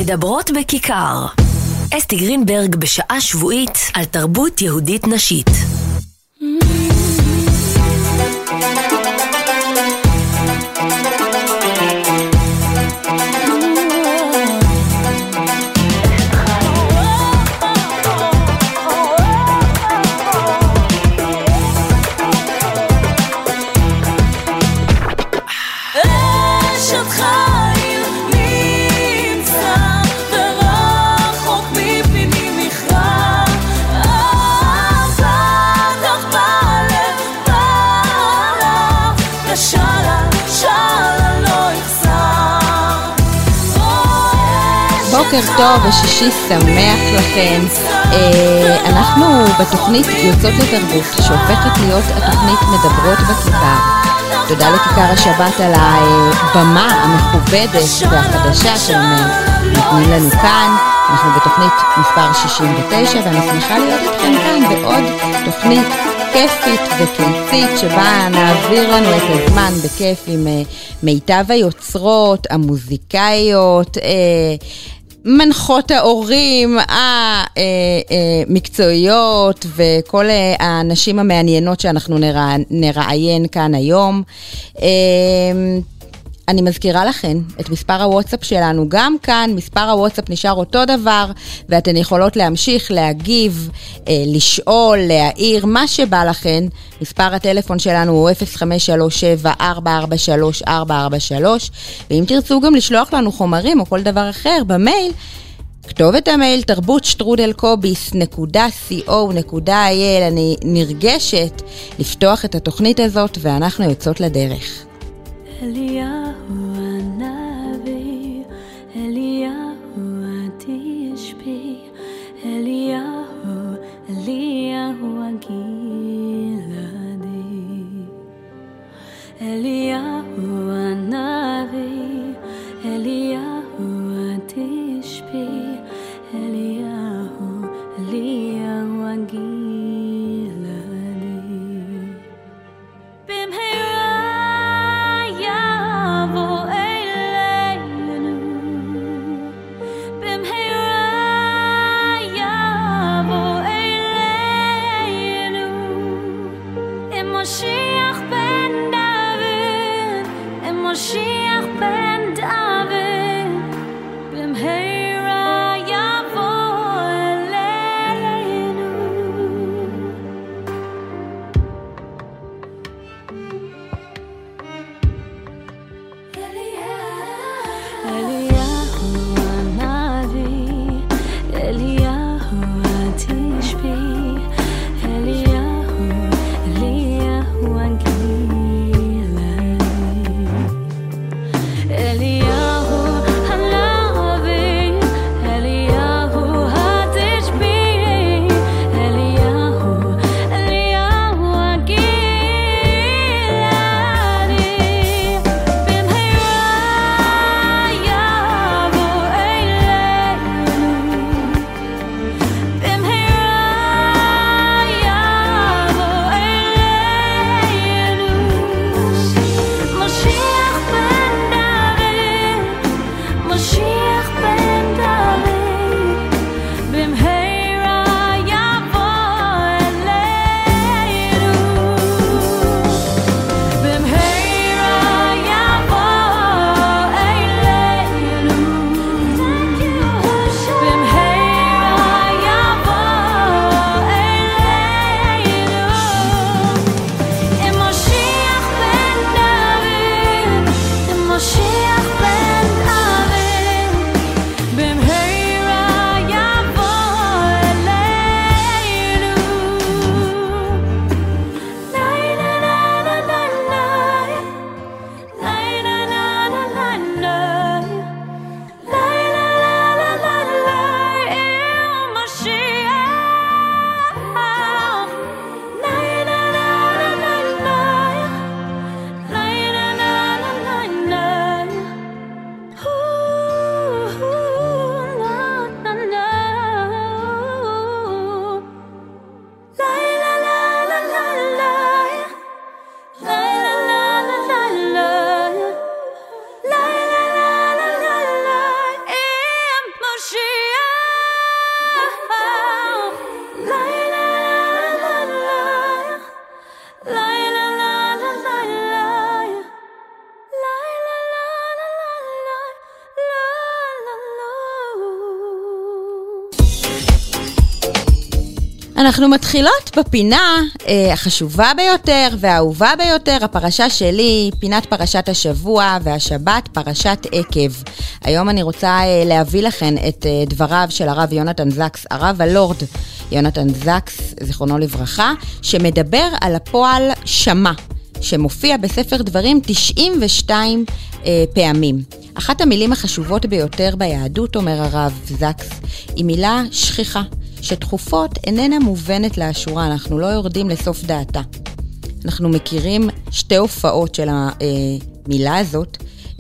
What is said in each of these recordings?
מדברות בכיכר. אסתי גרינברג בשעה שבועית על תרבות יהודית נשית. בוקר טוב ושישי שמח לכם. אנחנו בתוכנית יוצאות לתרבות שהופכת להיות התוכנית מדברות בכיכר. תודה לכיכר השבת על הבמה המכובדת והחדשה שהם נותנים לנו כאן. אנחנו בתוכנית מספר 69 ואני שמחה להיות איתכם כאן בעוד תוכנית כיפית וקיצית שבה נעביר לנו את הזמן בכיף עם מיטב היוצרות, המוזיקאיות, מנחות ההורים, המקצועיות וכל האנשים המעניינות שאנחנו נראיין כאן היום. אני מזכירה לכם את מספר הוואטסאפ שלנו, גם כאן מספר הוואטסאפ נשאר אותו דבר, ואתן יכולות להמשיך, להגיב, לשאול, להעיר, מה שבא לכם. מספר הטלפון שלנו הוא 0537-443-443, ואם תרצו גם לשלוח לנו חומרים או כל דבר אחר במייל, כתובת המייל tarbut@cobis.co.il. אני נרגשת לפתוח את התוכנית הזאת, ואנחנו יוצאות לדרך. אליהו הנביא, אליהו התשבי, אליהו הגלעדי. אליהו הנביא, אליהו התשבי, אליהו הגלעדי. Moshiach ben David, Moshiach ben David, b'mheira yavo eleinu. Eliyahu hanavi, Eliyahu hatishbi, Moshiach ben David, אנחנו מתחילות בפינה החשובה ביותר והאהובה ביותר, הפרשה שלי, פינת פרשת השבוע, והשבת פרשת עקב. היום אני רוצה להביא לכם את דבריו של הרב יונתן זקס, הרב הלורד יונתן זקס, זיכרונו לברכה, שמדבר על הפועל שמה, שמופיע בספר דברים 92 פעמים. אחת המילים החשובות ביותר ביהדות, אומר הרב זקס, היא מילה שכיחה, שתכופות איננה מובנת לאשורה, אנחנו לא יורדים לסוף דעתה. אנחנו מכירים שתי הופעות של המילה הזאת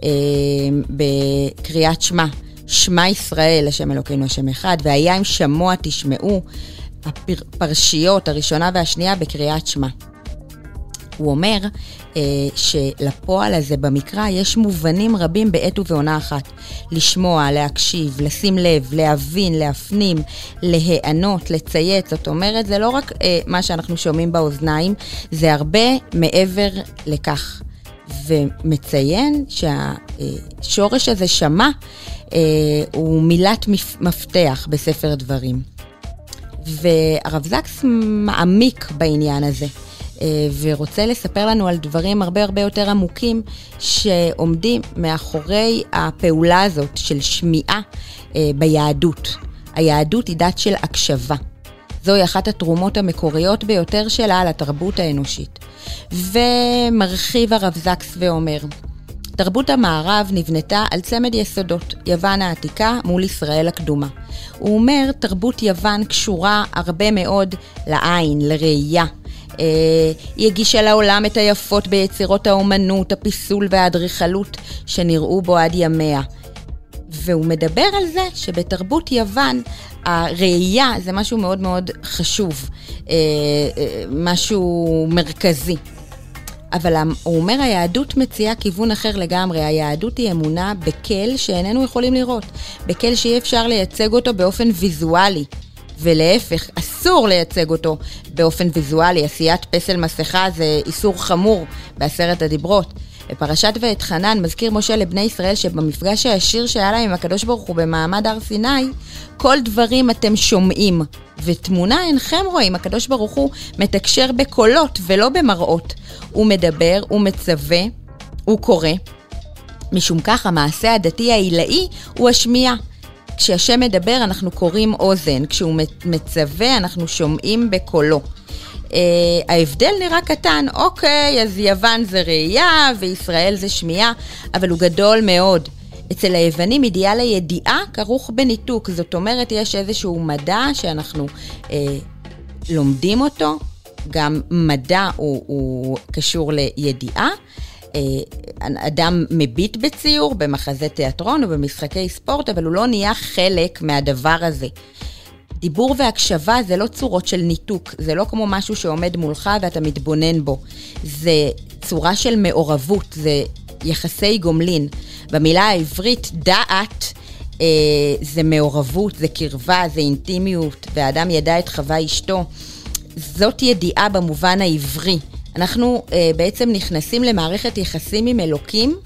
בקריאת שמה. שמה ישראל, השם אלוקינו השם אחד, והיה אם שמוע תשמעו, הפרשיות הראשונה והשנייה בקריאת שמה. הוא אומר שלפועל הזה במקרא יש מובנים רבים בעת ובעונה אחת. לשמוע, להקשיב, לשים לב, להבין, להפנים, להיענות, לצייץ. זאת אומרת, זה לא רק מה שאנחנו שומעים באוזניים, זה הרבה מעבר לכך. ומציין שהשורש הזה שמה הוא מילת מפתח בספר דברים. והרב זקס מעמיק בעניין הזה. ורוצה לספר לנו על דברים הרבה יותר עמוקים שעומדים מאחורי הפעולה הזאת של שמיעה ביהדות. היהדות היא דת של הקשבה. זוהי אחת התרומות המקוריות ביותר שלה לתרבות האנושית. ומרחיב הרב זקס ואומר, תרבות המערב נבנתה על צמד יסודות, יוון העתיקה מול ישראל הקדומה. הוא אומר, תרבות יוון קשורה הרבה מאוד לעין, לראייה. היא הגישה לעולם את היפות ביצירות האומנות, הפיסול והאדריכלות שנראו בו עד ימיה. והוא מדבר על זה שבתרבות יוון הראייה זה משהו מאוד מאוד חשוב, משהו מרכזי. אבל הוא אומר, היהדות מציעה כיוון אחר לגמרי. היהדות היא אמונה בקל שאיננו יכולים לראות, בקל שאי אפשר לייצג אותו באופן ויזואלי. ולהפך, אסור לייצג אותו באופן ויזואלי. עשיית פסל מסכה זה איסור חמור בעשרת הדיברות. בפרשת ואתחנן מזכיר משה לבני ישראל שבמפגש הישיר שהיה להם עם הקדוש ברוך הוא במעמד הר סיני, כל דברים אתם שומעים, ותמונה אינכם רואים. הקדוש ברוך הוא מתקשר בקולות ולא במראות. הוא מדבר, הוא מצווה, הוא קורא. משום כך המעשה הדתי העילאי הוא השמיעה. כשהשם מדבר אנחנו קוראים אוזן, כשהוא מצווה אנחנו שומעים בקולו. ההבדל נראה קטן, אוקיי, אז יוון זה ראייה וישראל זה שמיעה, אבל הוא גדול מאוד. אצל היוונים אידיאל הידיעה כרוך בניתוק, זאת אומרת יש איזשהו מדע שאנחנו לומדים אותו, גם מדע הוא קשור לידיעה, אדם מביט בציור, במחזה תיאטרון או במשחקי ספורט, אבל הוא לא נהיה חלק מהדבר הזה. דיבור והקשבה זה לא צורות של ניתוק, זה לא כמו משהו שעומד מולך ואתה מתבונן בו. זה צורה של מעורבות, זה יחסי גומלין. במילה העברית דעת זה מעורבות, זה קרבה, זה אינטימיות, והאדם ידע את חווה אשתו. זאת ידיעה במובן העברי. אנחנו בעצם נכנסים למערכת יחסים עם אלוקים,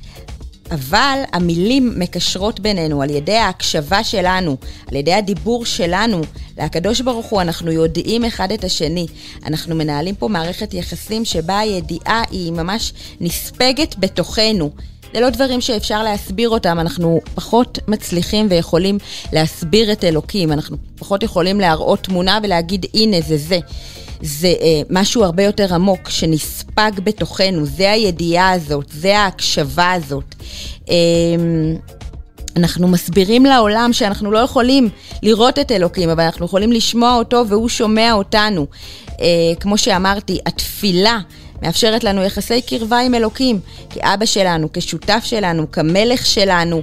אבל המילים מקשרות בינינו על ידי ההקשבה שלנו, על ידי הדיבור שלנו לקדוש ברוך הוא, אנחנו יודעים אחד את השני. אנחנו מנהלים פה מערכת יחסים שבה הידיעה היא ממש נספגת בתוכנו. זה לא דברים שאפשר להסביר אותם, אנחנו פחות מצליחים ויכולים להסביר את אלוקים, אנחנו פחות יכולים להראות תמונה ולהגיד הנה זה. זה משהו הרבה יותר עמוק שנספג בתוכנו, זה הידיעה הזאת, זה ההקשבה הזאת. אנחנו מסבירים לעולם שאנחנו לא יכולים לראות את אלוקים, אבל אנחנו יכולים לשמוע אותו והוא שומע אותנו. כמו שאמרתי, התפילה מאפשרת לנו יחסי קרבה עם אלוקים, כאבא שלנו, כשותף שלנו, כמלך שלנו,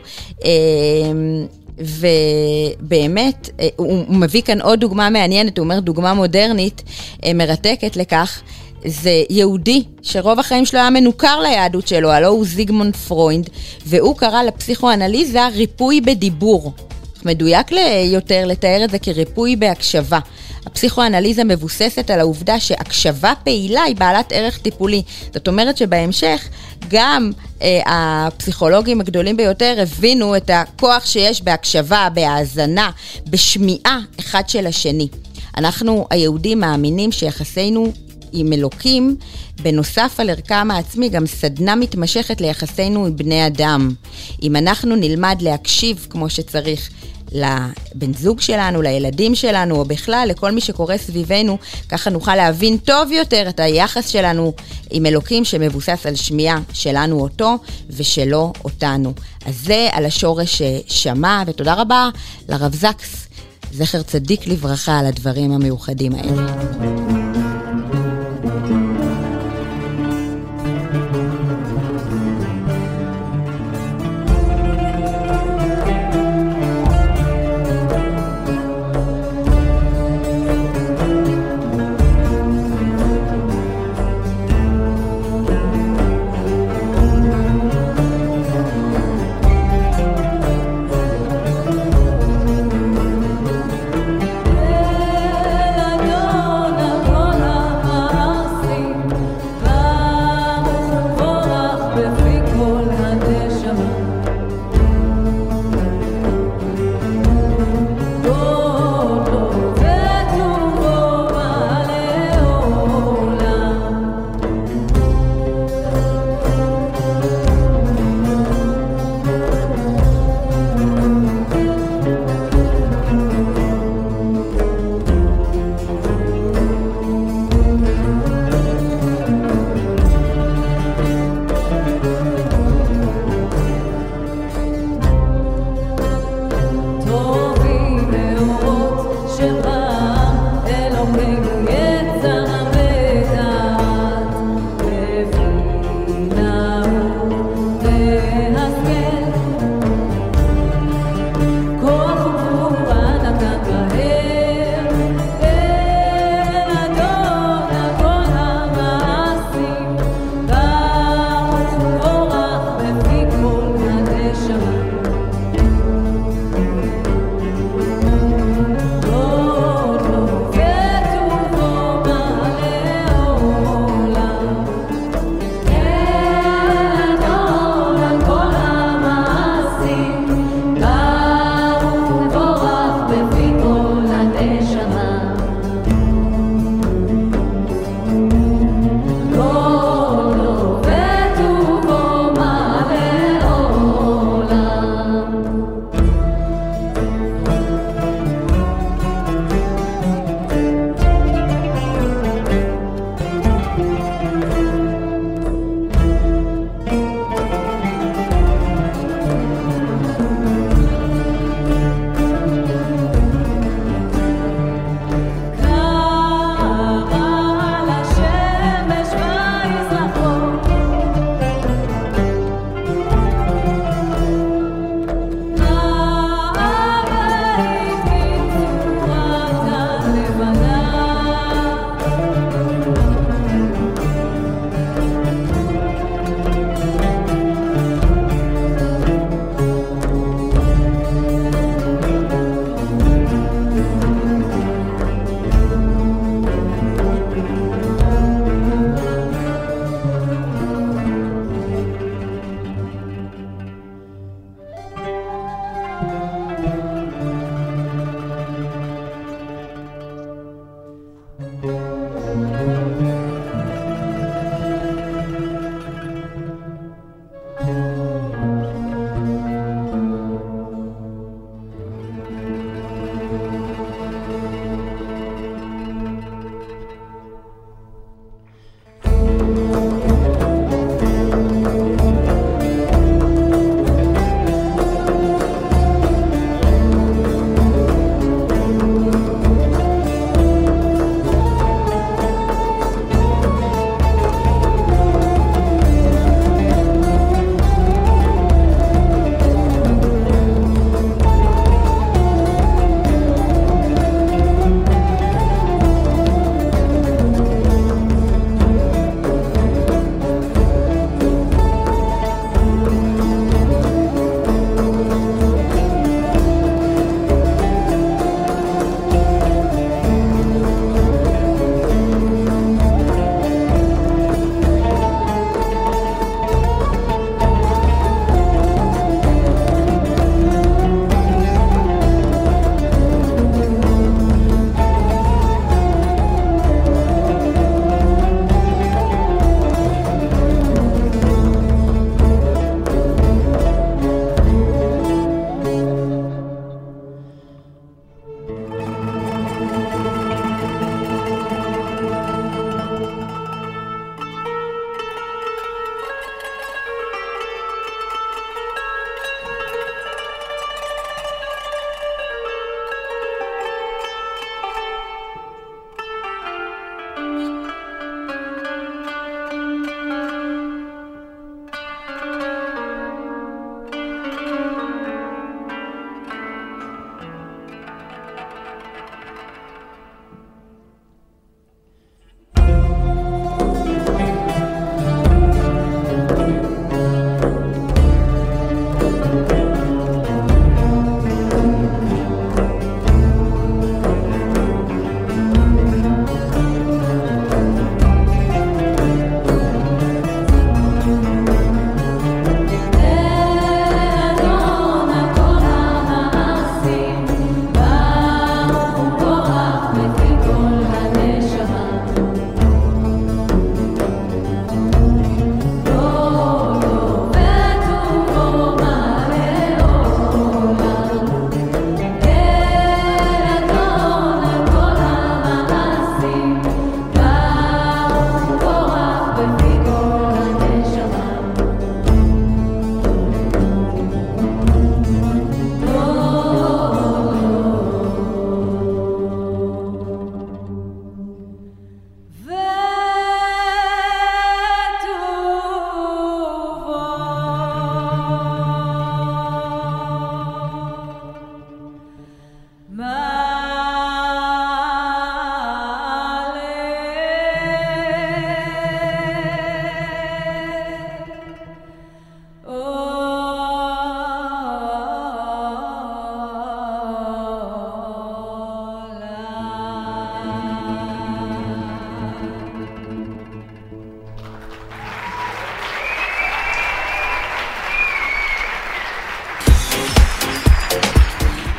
ובאמת הוא מביא כאן עוד דוגמה מעניינת, הוא אומר דוגמה מודרנית מרתקת לכך, זה יהודי שרוב החיים שלו היה מנוכר ליהדות שלו, הלא הוא זיגמונד פרויד, והוא קרא לפסיכואנליזה ריפוי בדיבור. מדויק יותר לתאר את זה כריפוי בהקשבה. הפסיכואנליזה מבוססת על העובדה שהקשבה פעילה היא בעלת ערך טיפולי. זאת אומרת שבהמשך גם הפסיכולוגים הגדולים ביותר הבינו את הכוח שיש בהקשבה, בהאזנה, בשמיעה אחד של השני. אנחנו היהודים מאמינים שיחסינו עם אלוקים, בנוסף על ערכם העצמי, גם סדנה מתמשכת ליחסינו עם בני אדם. אם אנחנו נלמד להקשיב כמו שצריך לבן זוג שלנו, לילדים שלנו, או בכלל לכל מי שקורה סביבנו, ככה נוכל להבין טוב יותר את היחס שלנו עם אלוקים שמבוסס על שמיעה שלנו אותו ושלו אותנו. אז זה על השורש שמע, ותודה רבה לרב זקס, זכר צדיק לברכה, על הדברים המיוחדים האלה. Oh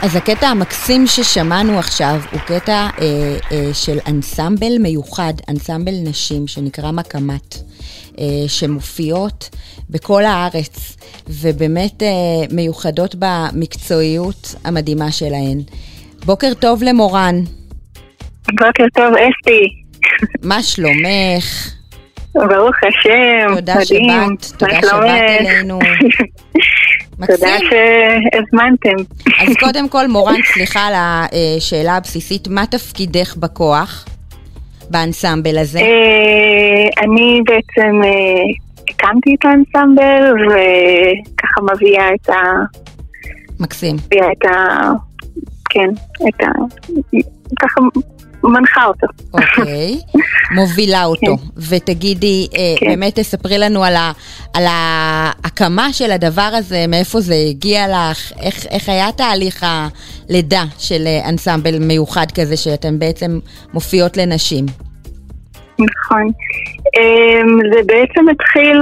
אז הקטע המקסים ששמענו עכשיו הוא קטע של אנסמבל מיוחד, אנסמבל נשים שנקרא מקמת, שמופיעות בכל הארץ, ובאמת מיוחדות במקצועיות המדהימה שלהן. בוקר טוב למורן. בוקר טוב אסתי. מה שלומך? ברוך השם. תודה שבאת, תודה שבאת אלינו. תודה שהזמנתם. אז קודם כל מורן, סליחה על השאלה הבסיסית, מה תפקידך בכוח, באנסמבל הזה? אני בעצם הקמתי את האנסמבל וככה מביאה את ה... מקסים. מביאה את ה... כן, את ה... ככה מנחה אותו. אוקיי, מובילה אותו. ותגידי, באמת תספרי לנו על ההקמה של הדבר הזה, מאיפה זה הגיע לך, איך היה תהליך הלידה של אנסמבל מיוחד כזה, שאתם בעצם מופיעות לנשים? נכון. זה בעצם התחיל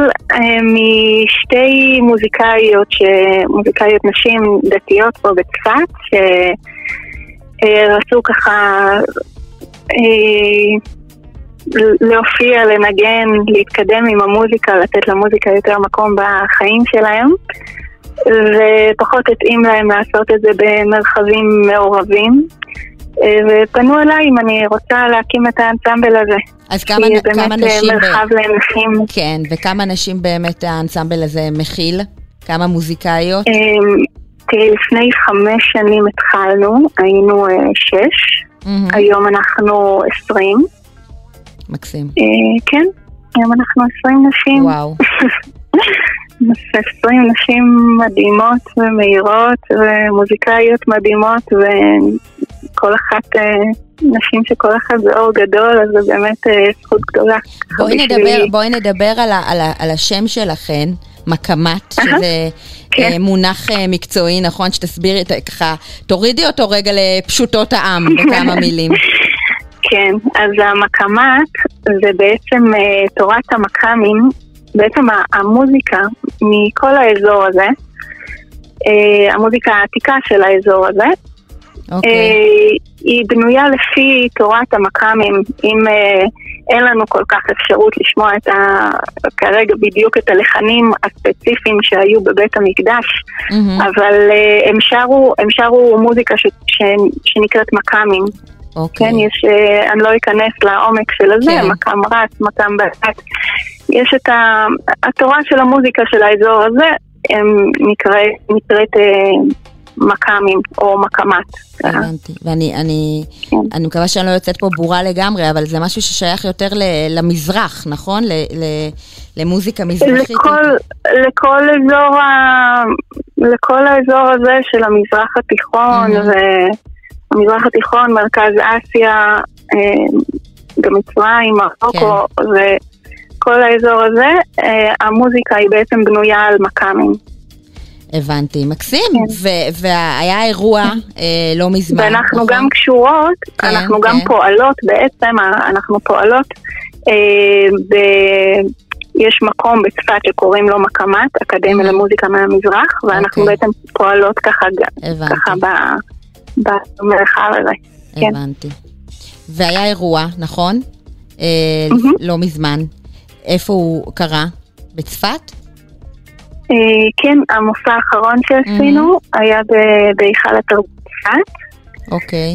משתי מוזיקאיות נשים דתיות פה בצפת, שרצו ככה להופיע, לנגן, להתקדם עם המוזיקה, לתת למוזיקה יותר מקום בחיים שלהם, ופחות התאים להם לעשות את זה במרחבים מעורבים, ופנו אליי אם אני רוצה להקים את האנסמבל הזה. אז כמה נשים מרחב לנשים. כן, וכמה נשים באמת האנסמבל הזה מכיל? כמה מוזיקאיות? לפני 5 שנים התחלנו, היינו 6, היום אנחנו 20. מקסים. כן, היום אנחנו 20 נשים. וואו. 20 נשים מדהימות ומהירות ומוזיקאיות מדהימות, וכל אחת, נשים שכל אחת זה אור גדול, אז זה באמת זכות גדולה. בואי נדבר על השם שלכן, מקמת, שזה מונח מקצועי, נכון? שתסבירי ככה, תורידי אותו רגע לפשוטות העם בכמה מילים. כן, אז המקמת זה בעצם תורת המקמים, בעצם המוזיקה מכל האזור הזה, המוזיקה העתיקה של האזור הזה, היא בנויה לפי תורת המקמים. אם אין לנו כל כך אפשרות לשמוע כרגע בדיוק את הלחנים הספציפיים שהיו בבית המקדש, אבל הם שרו מוזיקה שנקראת מקמים. כן, יש, אני לא אכנס לעומק של הזה, מקם רץ, מקם בעת. יש את התורה של המוזיקה של האזור הזה, נקראת מקמים או מקמת. הבנתי, ואני מקווה שאני לא יוצאת פה ברורה לגמרי, אבל זה משהו ששייך יותר למזרח, נכון? למוזיקה מזרחית. לכל האזור הזה של המזרח התיכון, המזרח התיכון, מרכז אסיה, גם מצרים, מרוקו, וכל האזור הזה, המוזיקה היא בעצם בנויה על מקמים. הבנתי, מקסים. והיה אירוע לא מזמן. ואנחנו גם קשורות, אנחנו גם פועלות בעצם, אנחנו פועלות, יש מקום בצפת שקוראים לו מקמת, אקדמיה למוזיקה מהמזרח, ואנחנו בעצם פועלות ככה במרחב הזה. הבנתי. והיה אירוע, נכון? לא מזמן. איפה הוא קרה? בצפת? כן, המופע האחרון שעשינו היה בהיכל התרבות צפת. אוקיי.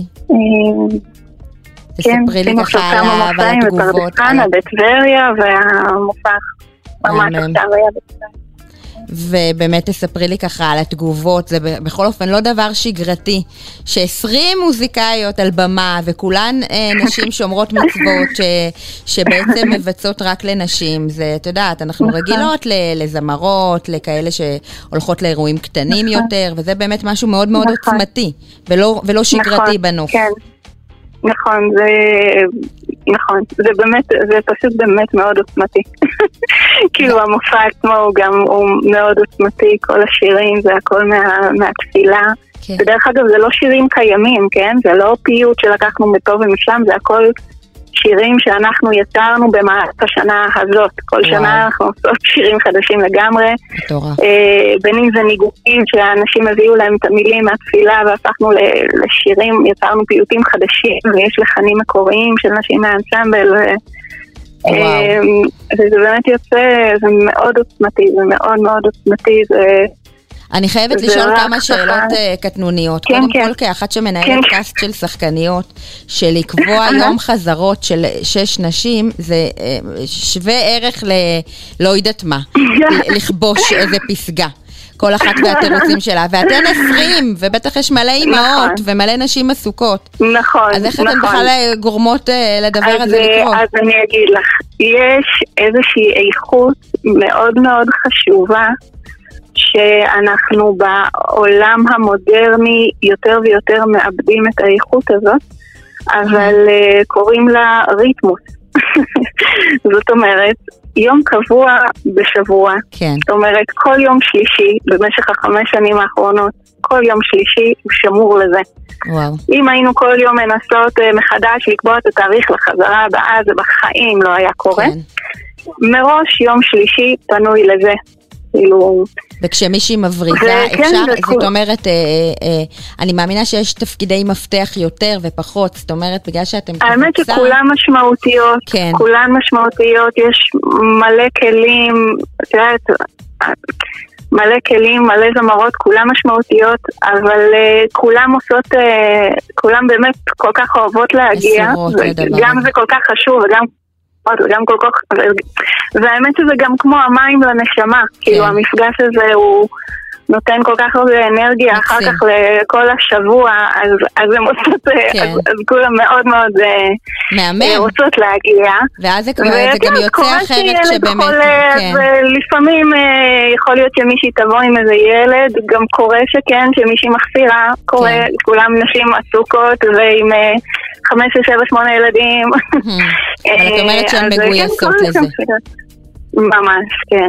תספרי לי ככה עליו, על התגובות. בטבריה, והמופע ממש עכשיו היה בצפת. ובאמת תספרי לי ככה על התגובות, זה בכל אופן לא דבר שגרתי, ש20 מוזיקאיות על במה, וכולן נשים שומרות מצוות, שבעצם מבצעות רק לנשים, זה, את יודעת, אנחנו רגילות לזמרות, לכאלה שהולכות לאירועים קטנים יותר, וזה באמת משהו מאוד מאוד עוצמתי, ולא שגרתי בנוף. כן, נכון, נכון, זה באמת, זה פשוט באמת מאוד עוצמתי. כאילו המופע עצמו הוא מאוד עוצמתי, כל השירים זה הכל מהתפילה. ודרך אגב זה לא שירים קיימים, כן? זה לא פיוט שלקחנו מפה ומשם, זה הכל שירים שאנחנו יצרנו במהלך השנה הזאת. כל שנה אנחנו עושות שירים חדשים לגמרי. בין אם זה ניגונים שהאנשים הביאו להם את המילים מהתפילה והפכנו לשירים, יצרנו פיוטים חדשים ויש לחנים מקוריים של נשים מהאנסמבל וזה באמת יוצא, זה מאוד עוצמתי, זה מאוד מאוד עוצמתי. אני חייבת לשאול כמה שאלות קטנוניות. קודם כל, כאחת שמנהלת קאסט של שחקניות, שלקבוע יום חזרות של 6 נשים, זה שווה ערך לא יודעת מה, לכבוש איזה פסגה. כל אחת והתירוצים שלה, ואתן 20, ובטח יש מלא אימהות, ומלא נשים עסוקות. נכון. אז איך אתן בכלל גורמות לדבר הזה לקרות? אז אני אגיד לך, יש איזושהי איכות מאוד מאוד חשובה, שאנחנו בעולם המודרני יותר ויותר מאבדים את האיכות הזאת, אבל קוראים לה ריתמוס. זאת אומרת, יום קבוע בשבוע. כן. זאת אומרת, כל יום שלישי, במשך 5 שנים האחרונות, כל יום שלישי הוא שמור לזה. וואו. אם היינו כל יום מנסות מחדש לקבוע את התאריך לחזרה הבאה, זה בחיים לא היה קורה. כן. מראש יום שלישי פנוי לזה. וכשמישהי מבריזה אפשר, זאת אומרת, אני מאמינה שיש תפקידי מפתח יותר ופחות, זאת אומרת, בגלל שאתם האמת שכולן משמעותיות, כולן משמעותיות, יש מלא כלים, מלא כלים, מלא זמרות, כולן משמעותיות, אבל כולן עושות, כולן באמת כל כך אוהבות להגיע, גם זה כל כך חשוב, וגם כל כך, והאמת שזה גם כמו המים לנשמה, כאילו המפגש הזה הוא נותן כל כך הרבה אנרגיה אחר כך לכל השבוע, אז הם עושות, אז כולם מאוד מאוד רוצות להגיע. ואז זה גם יוצא אחרת שבאמת, ולפעמים יכול להיות שמישהי תבוא עם איזה ילד, גם קורה שכן, שמישהי מחסירה, קורה, כולם נשים עסוקות ועם 5, 7, 8 ילדים. אבל את אומרת שהן מגויסות לזה. ממש, כן.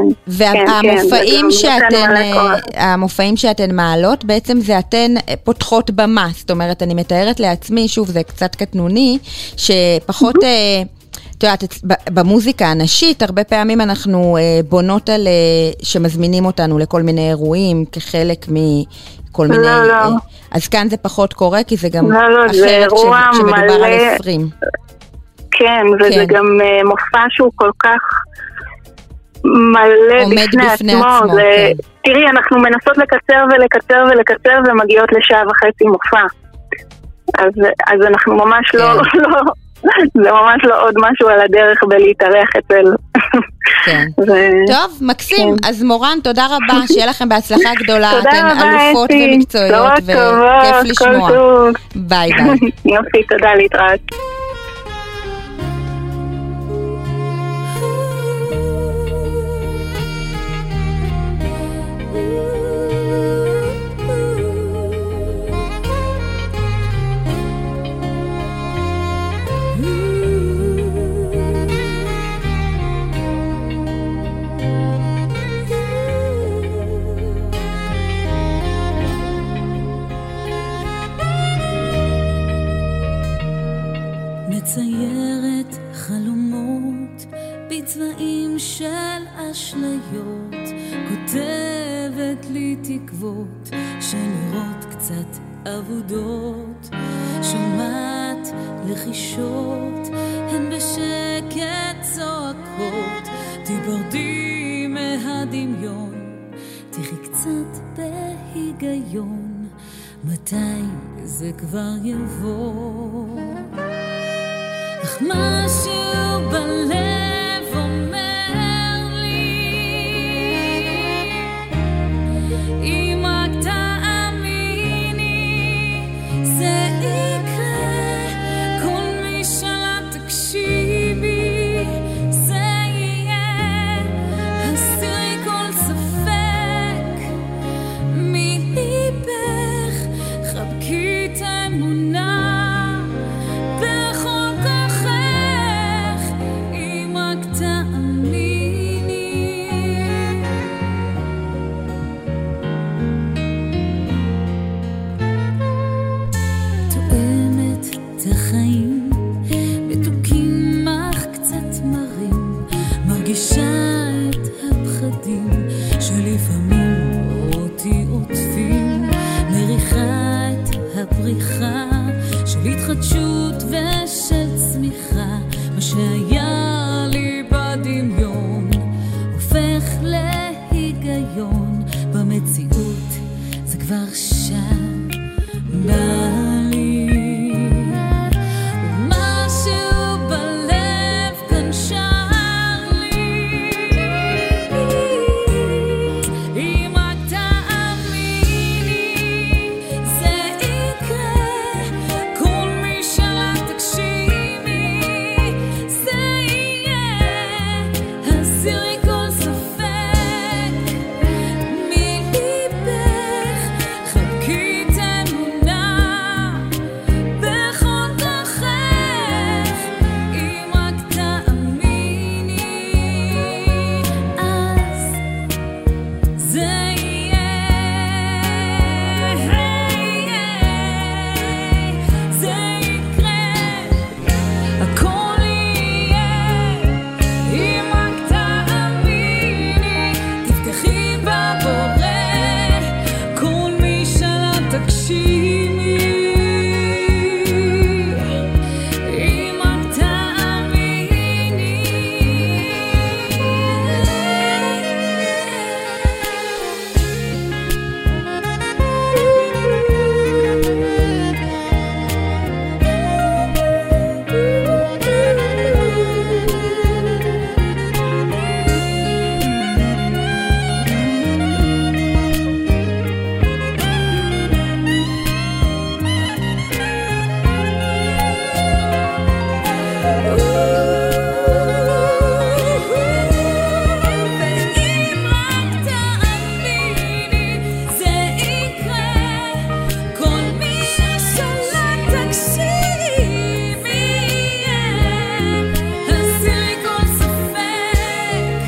והמופעים שאתן מעלות, בעצם זה אתן פותחות במה. זאת אומרת, אני מתארת לעצמי, שוב, זה קצת קטנוני, שפחות, את יודעת, במוזיקה הנשית, הרבה פעמים אנחנו בונות על, שמזמינים אותנו לכל מיני אירועים, כחלק מכל מיני... אז כאן זה פחות קורה, כי זה גם אחרת שמדובר על 20. כן, וזה גם מופע שהוא כל כך... מלא בפני עצמו. תראי, אנחנו מנסות לקצר ולקצר ולקצר ומגיעות לשעה וחצי מופע. אז אנחנו ממש לא, זה ממש לא עוד משהו על הדרך בלהתארח אצל. כן. טוב, מקסים. אז מורן, תודה רבה, שיהיה לכם בהצלחה גדולה. אתן אלופות ומקצועיות, וכיף לשמוע. ביי ביי. יופי, תודה, להתראות. מציירת חלומות בצבעים של אשליות, כותבת לי תקוות שנראות קצת עבודות, שומעת לחישות הן בשקט צועקות, תיפרדי מהדמיון, תחי קצת בהיגיון, מתי זה כבר יבוא. אך משהו בלב אומר לי, אם רק תאמיני זה יקרה, כל מי שלה תקשיבי זה יהיה, הסירי כל ספק מליבך, חבקי את האמונה החיים מתוקים פריחה, של התחדשות ושל צמיחה. מה שהיה לי בדמיון הופך להיגיון, במציאות זה כבר שם בעלי. ומשהו בלב כאן שר לי, אם רק תאמיני זה יקרה, כל מי שלה תקשיבי זה יהיה, הסירי כל ספק מליבך, חבקי את האמונה בכל כוחך, אם רק תאמיני אז זה יהיה, זה יקרה, הכל יהיה, אם רק תאמיני, תפתחי בבורא, כל מי שלה תגשימי, אם רק תאמיני. ואם רק תאמיני זה יקרה, כל מי שלה תגשימי יהיה, הסירי כל ספק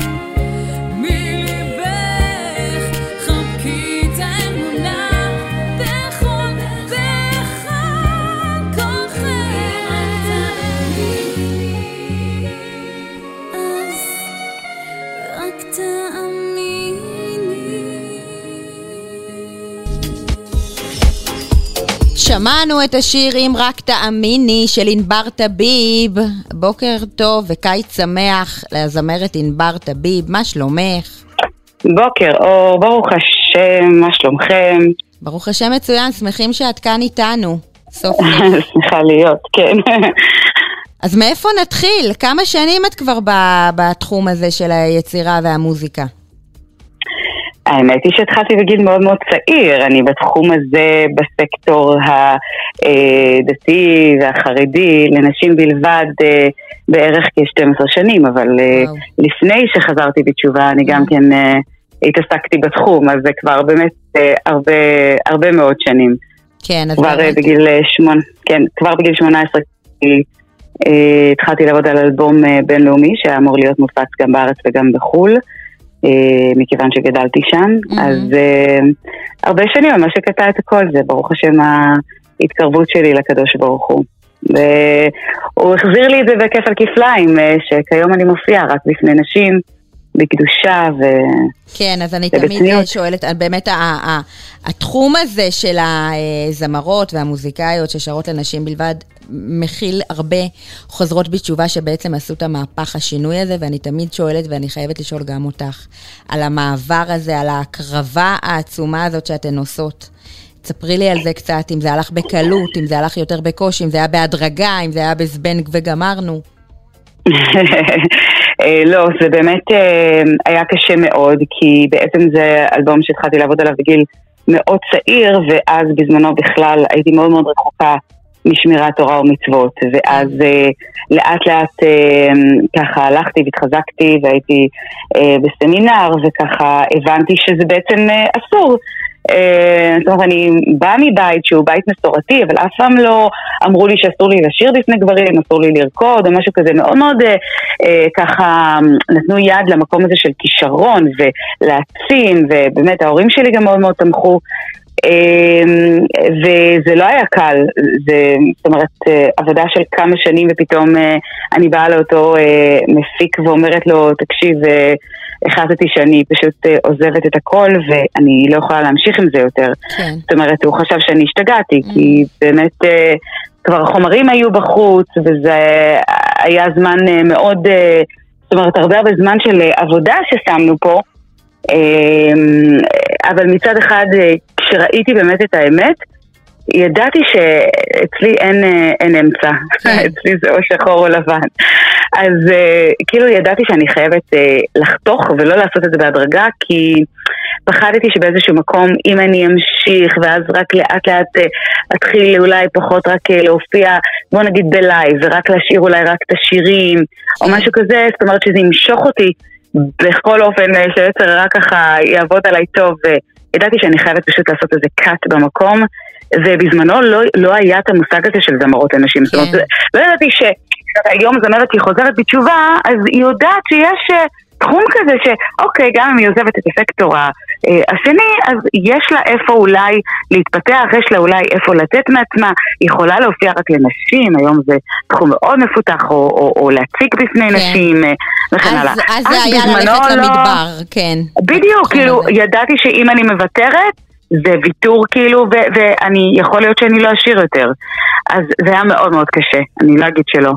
מליבך, חבקי את האמונה בכל כוחך, אז רק תאמיני. שמענו את השיר אם רק תאמיני של ענבר טביב. בוקר טוב וקיץ שמח לזמרת ענבר טביב, מה שלומך? בוקר אור, ברוך השם, מה שלומכם? ברוך השם מצוין, שמחים שאת כאן איתנו. סוף סוף. שמחה להיות, כן. אז מאיפה נתחיל? כמה שנים את כבר בתחום הזה של היצירה והמוזיקה? האמת היא שהתחלתי בגיל מאוד מאוד צעיר, אני בתחום הזה בסקטור הדתי והחרדי, לנשים בלבד בערך כ-12 שנים, אבל לפני שחזרתי בתשובה אני גם כן התעסקתי בתחום, אז זה כבר באמת הרבה מאוד שנים. כן, אז כבר בגיל 18 התחלתי לעבוד על אלבום בינלאומי שאמור להיות מופץ גם בארץ וגם בחול, מכיוון שגדלתי שם, אז הרבה שנים מה שקטע את הכל זה ברוך השם ההתקרבות שלי לקדוש ברוך הוא, והוא החזיר לי את זה בכיף על כפליים, שכיום אני מופיעה רק בפני נשים בקדושה כן, אז אני תמיד שואלת, באמת התחום הזה של הזמרות והמוזיקאיות ששרות לנשים בלבד, מכיל הרבה חוזרות בתשובה שבעצם עשו את המהפך, השינוי הזה, ואני תמיד שואלת, ואני חייבת לשאול גם אותך, על המעבר הזה, על ההקרבה העצומה הזאת שאתן עושות. תספרי לי על זה קצת, אם זה הלך בקלות, אם זה הלך יותר בקושי, אם זה היה בהדרגה, אם זה היה בזבנג וגמרנו. לא, זה באמת היה קשה מאוד, כי בעצם זה אלבום שהתחלתי לעבוד עליו בגיל מאוד צעיר, ואז בזמנו בכלל הייתי מאוד מאוד רחוקה משמירת תורה ומצוות, ואז לאט לאט ככה הלכתי והתחזקתי והייתי בסמינר, וככה הבנתי שזה בעצם אסור. זאת אומרת, אני באה מבית שהוא בית מסורתי, אבל אף פעם לא אמרו לי שאסור לי לשיר בפני גברים, אסור לי לרקוד או משהו כזה. מאוד מאוד ככה נתנו יד למקום הזה של כישרון ולהעצים, ובאמת ההורים שלי גם מאוד מאוד תמכו. וזה לא היה קל, זאת אומרת, עבודה של כמה שנים, ופתאום אני באה לאותו מפיק ואומרת לו, תקשיב, החלטתי שאני פשוט עוזבת את הכל, ואני לא יכולה להמשיך עם זה יותר. כן. זאת אומרת, הוא חשב שאני השתגעתי, כי באמת כבר החומרים היו בחוץ, וזה היה זמן מאוד, זאת אומרת, הרבה זמן של עבודה ששמנו פה, אבל מצד אחד, כשראיתי באמת את האמת, ידעתי שאצלי אין אמצע, אצלי זה או שחור או לבן. אז כאילו ידעתי שאני חייבת לחתוך ולא לעשות את זה בהדרגה, כי פחדתי שבאיזשהו מקום, אם אני אמשיך ואז רק לאט לאט אתחיל אולי פחות רק להופיע, בוא נגיד בלייב, ורק להשאיר אולי רק את השירים או משהו כזה, זאת אומרת שזה ימשוך אותי בכל אופן שיוצר רק ככה יעבוד עליי טוב, וידעתי שאני חייבת פשוט לעשות איזה קאט במקום, ובזמנו לא היה את המושג הזה של זמרות לנשים. זאת אומרת, לא ידעתי שהיום זמרת היא חוזרת בתשובה, אז היא יודעת שיש תחום כזה שאוקיי, גם אם היא עוזבת את אפקטור השני, אז יש לה איפה אולי להתפתח, יש לה אולי איפה לתת מעצמה, היא יכולה להופיע רק לנשים, היום זה תחום מאוד מפותח, או להציג בפני נשים, וכן הלאה. אז זה היה ללכת למדבר, כן. בדיוק, כאילו, ידעתי שאם אני מוותרת, זה ויתור כאילו, ואני יכול להיות שאני לא אשאיר יותר. אז זה היה מאוד מאוד קשה, אני לא אגיד שלא.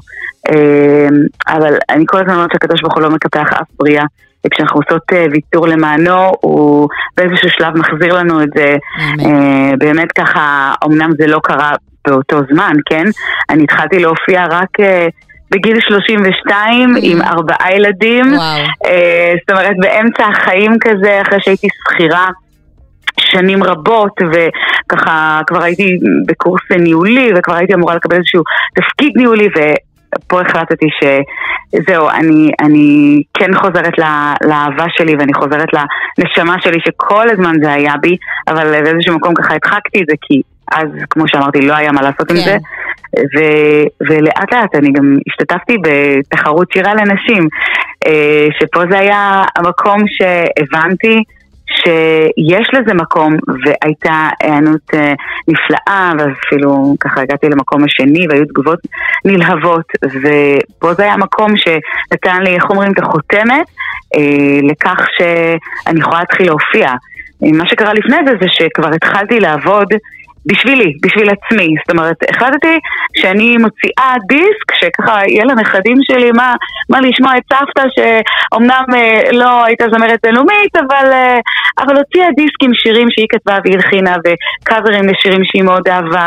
אבל אני כל הזמן אומרת שהקדוש ברוך הוא לא מקפח אף בריאה, וכשאנחנו עושות ויתור למענו, הוא באיזשהו שלב מחזיר לנו את זה. באמת ככה, אמנם זה לא קרה באותו זמן, כן? אני התחלתי להופיע רק בגיל 32 עם 4 ילדים. זאת אומרת, באמצע החיים כזה, אחרי שהייתי שכירה שנים רבות, וככה כבר הייתי בקורס ניהולי, וכבר הייתי אמורה לקבל איזשהו תפקיד ניהולי, ופה החלטתי שזהו, אני כן חוזרת לאהבה שלי, ואני חוזרת לנשמה שלי, שכל הזמן זה היה בי, אבל באיזשהו מקום ככה הדחקתי את זה, כי אז, כמו שאמרתי, לא היה מה לעשות עם זה, ולאט לאט אני גם השתתפתי בתחרות שירה לנשים, שפה זה היה המקום שהבנתי, שיש לזה מקום, והייתה הענות נפלאה, ואפילו ככה הגעתי למקום השני, והיו תגובות נלהבות, ופה זה היה מקום שנתן לי, איך אומרים, את החותמת, לכך שאני יכולה להתחיל להופיע. מה שקרה לפני זה שכבר התחלתי לעבוד בשבילי, בשביל עצמי. זאת אומרת, החלטתי שאני מוציאה דיסק, שככה יהיה לנכדים שלי מה לשמוע את סבתא, שאומנם לא הייתה זמרת בינלאומית, אבל הוציאה דיסק עם שירים שהיא כתבה והלחינה, וקאברים לשירים שהיא מאוד אהבה,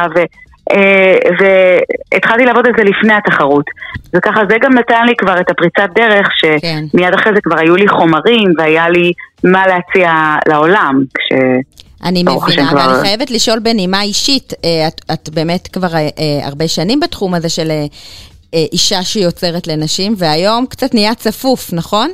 והתחלתי לעבוד על זה לפני התחרות. וככה זה גם נתן לי כבר את הפריצת דרך, שמיד אחרי זה כבר היו לי חומרים, והיה לי מה להציע לעולם, אני מבינה, אבל אני חייבת לשאול בנימה אישית, את באמת כבר הרבה שנים בתחום הזה של אישה שיוצרת לנשים, והיום קצת נהיה צפוף, נכון?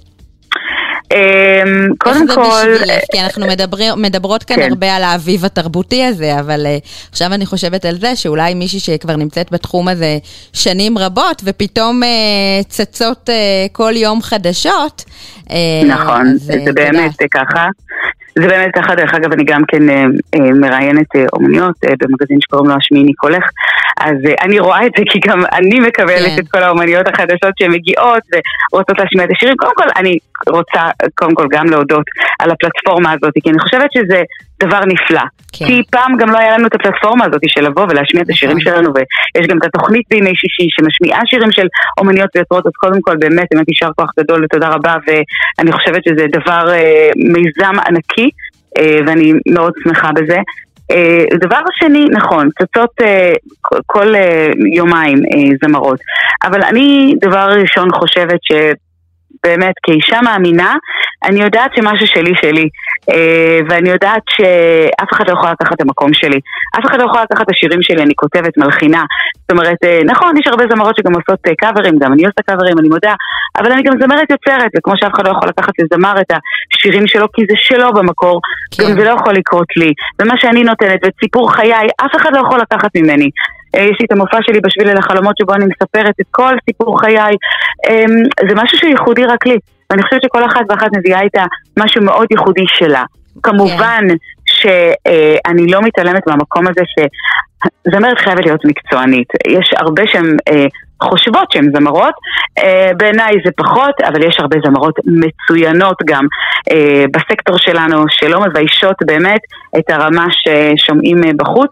קודם כל... כי אנחנו מדברות כאן הרבה על האביב התרבותי הזה, אבל עכשיו אני חושבת על זה שאולי מישהי שכבר נמצאת בתחום הזה שנים רבות, ופתאום צצות כל יום חדשות. נכון, זה באמת ככה. זה באמת ככה, דרך אגב, אני גם כן מראיינת אומניות במגזין שקוראים לו השמי ניקולך, אז אני רואה את זה כי גם אני מקבלת את כל האומניות החדשות שהן מגיעות ורוצות להשמיע את השירים. קודם כל, אני רוצה קודם כל גם להודות על הפלטפורמה הזאת, כי אני חושבת שזה דבר נפלא. כי פעם גם לא היה לנו את הפלטפורמה הזאת של לבוא ולהשמיע את השירים שלנו, ויש גם את התוכנית בימי שישי שמשמיעה שירים של אומניות ויוצרות, אז קודם כל באמת יישר כוח גדול ותודה רבה, ואני חושבת שזה דבר מיזם ענקי, ואני מאוד שמחה בזה. דבר שני, נכון, צצות כל יומיים זמרות, אבל אני דבר ראשון חושבת באמת כאישה מאמינה, אני יודעת שמשהו שלי שלי, ואני יודעת שאף אחד לא יכול לקחת את המקום שלי, אף אחד לא יכול לקחת את השירים שלי, אני כותבת, מלחינה, זאת אומרת, נכון, יש הרבה זמרות שגם עושות קאברים, גם אני עושה קאברים, אני מודה, אבל אני גם זמרת יוצרת, וכמו שאף אחד לא יכול לקחת לזמר את השירים שלו, כי זה שלו במקור, גם זה לא יכול לקרות לי, ומה שאני נותנת, ואת סיפור חיי, אף אחד לא יכול לקחת ממני. יש לי את המופע שלי בשביל אל החלומות שבו אני מספרת את כל סיפור חיי, זה משהו שייחודי רק לי, ואני חושבת שכל אחת ואחת מביאה איתה משהו מאוד ייחודי שלה. כמובן שאני לא מתעלמת מהמקום הזה שזמרת חייבת להיות מקצוענית. יש הרבה שהן חושבות שהן זמרות, בעיניי זה פחות, אבל יש הרבה זמרות מצוינות גם בסקטור שלנו, שלא מביישות באמת את הרמה ששומעים בחוץ.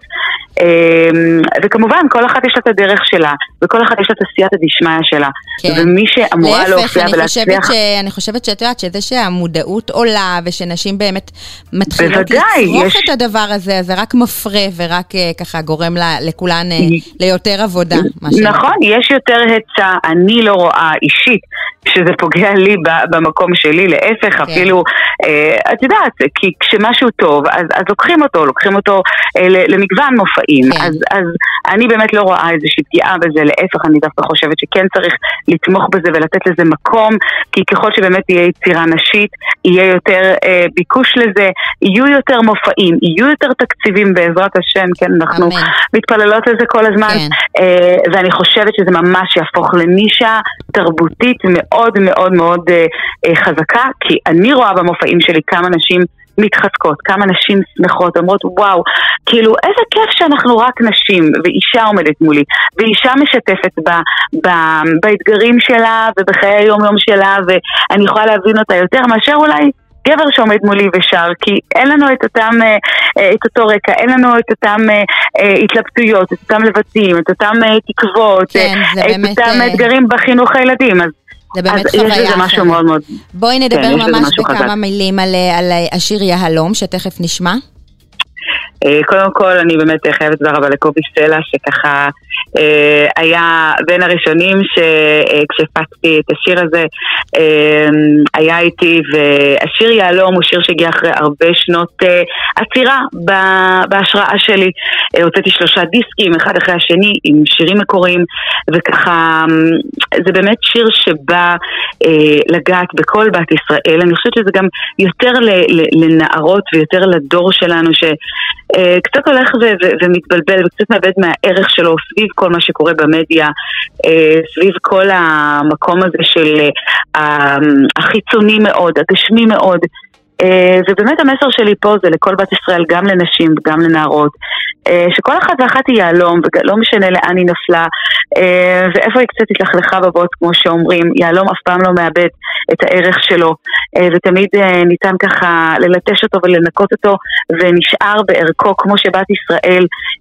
וכמובן כל אחת יש לה את הדרך שלה, וכל אחת יש לה את הסייעתא דשמיא שלה, ומי שאמורה להופיע ולהצליח. אני חושבת שאת יודעת שזה שהמודעות עולה, ושנשים באמת מתחילות לצרוך את הדבר הזה, זה רק מפרה ורק ככה גורם לכולן ליותר עבודה. נכון, יש יותר היצע, אני לא רואה אישית שזה פוגע לי במקום שלי, להפך אפילו, את יודעת, כי כשמשהו טוב, אז לוקחים אותו למגוון מופעים, אז אני באמת לא רואה איזושהי פגיעה בזה, להפך אני דווקא חושבת שכן צריך לתמוך בזה ולתת לזה מקום, כי ככל שבאמת תהיה יצירה נשית, יהיה יותר ביקוש לזה, יהיו יותר מופעים, יהיו יותר תקציבים בעזרת השם, כן, אנחנו מתפללות לזה כל הזמן, ואני חושבת שזה ממש יהפוך לנישה תרבותית מאוד מאוד מאוד חזקה, כי אני רואה במופעים שלי כמה נשים מתחזקות, כמה נשים שמחות, אומרות וואו, כאילו איזה כיף שאנחנו רק נשים, ואישה עומדת מולי, ואישה משתפת באתגרים שלה ובחיי היום יום שלה, ואני יכולה להבין אותה יותר מאשר אולי גבר שעומד מולי ושר, כי אין לנו את אותו רקע, אין לנו את אותם התלבטויות, את אותם לבטים, את אותם תקוות, את אותם אתגרים בחינוך הילדים, אז זה באמת חוויה אחרת. בואי נדבר ממש בכמה מילים על השיר יהלום, שתכף נשמע. קודם כל אני באמת חייבת תודה רבה לקובי סלע שככה היה בין הראשונים שכשפצתי את השיר הזה היה איתי, והשיר יהלום הוא שיר שהגיע אחרי הרבה שנות עצירה בהשראה שלי. הוצאתי 3 דיסקים אחד אחרי השני עם שירים מקוריים, וככה זה באמת שיר שבא לגעת בכל בת ישראל. אני חושבת שזה גם יותר לנערות ויותר לדור שלנו שקצת הולך ומתבלבל וקצת מאבד מהערך שלו סביב כל מה שקורה במדיה, סביב כל המקום הזה של החיצוני מאוד, הגשמי מאוד, ובאמת המסר שלי פה זה לכל בת ישראל, גם לנשים וגם לנערות, שכל אחת ואחת היא יהלום, ולא משנה לאן היא נפלה, ואיפה היא קצת התלכלכה בבוט, כמו שאומרים, יהלום אף פעם לא מאבד את הערך שלו, ותמיד ניתן ככה ללטש אותו ולנקות אותו, ונשאר בערכו, כמו שבת ישראל